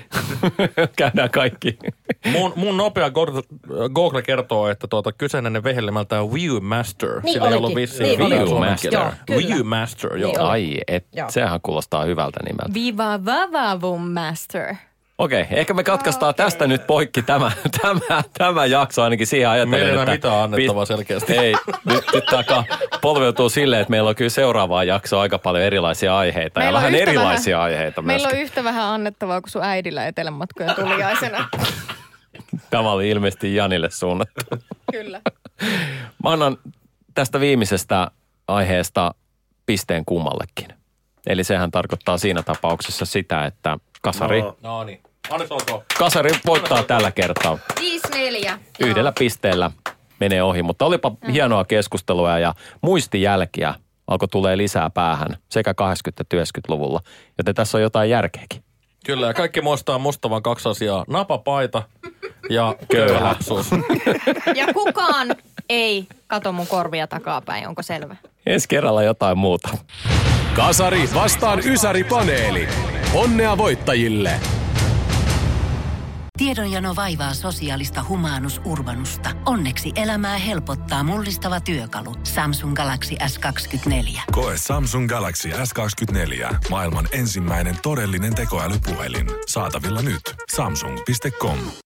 Käydään kaikki. Mun, mun nopea Google kertoo, että tuota kyseinen vehellemältään Viewmaster. Niin Sillä ei ollut olikin. vissiin. Niin Viewmaster. Joo, kyllä. Viewmaster, joo. Niin Ai, et, joo. sehän kuulostaa hyvältä nimeltä. Viva vavavum master. Okei, ehkä me katkaistaan okay. tästä nyt poikki tämä, tämä, tämä jakso ainakin siihen ajatellen, meillä ei että... ole mitään annettavaa selkeästi. Ei, nyt, nyt tämä polveutuu silleen, että meillä on kyllä seuraavaa jaksoa aika paljon erilaisia aiheita meillä ja vähän erilaisia vähän, aiheita meillä myöskin. on yhtä vähän annettavaa kuin sun äidillä etelänmatkojen tuliaisena. Tämä oli ilmeisesti Janille suunnattu. Kyllä. Mä annan tästä viimeisestä aiheesta pisteen kummallekin. Eli sehän tarkoittaa siinä tapauksessa sitä, että kasari... No, no niin. Annetaan olkoon. Kasari voittaa tällä kertaa. viisi neljä. Yhdellä pisteellä menee ohi, mutta olipa mm. hienoa keskustelua ja muistijälkiä alkoi tulee lisää päähän sekä kahdeksankymmentä- että yhdeksänkymmentäluvulla, joten tässä on jotain järkeäkin. Kyllä, ja kaikki muistaa musta vaan kaksi asiaa. Napapaita ja köyhä lapsuus. Ja kukaan ei kato mun korvia takapäin, onko selvä? Ensi kerralla jotain muuta. Kasari vastaan Ysäri-paneeli. Onnea voittajille! Tiedonjano vaivaa sosiaalista humanus urbanusta. Onneksi elämää helpottaa mullistava työkalu. Samsung Galaxy S kaksikymmentäneljä. Koe Samsung Galaxy S kaksikymmentäneljä. Maailman ensimmäinen todellinen tekoälypuhelin. Saatavilla nyt. Samsung piste com.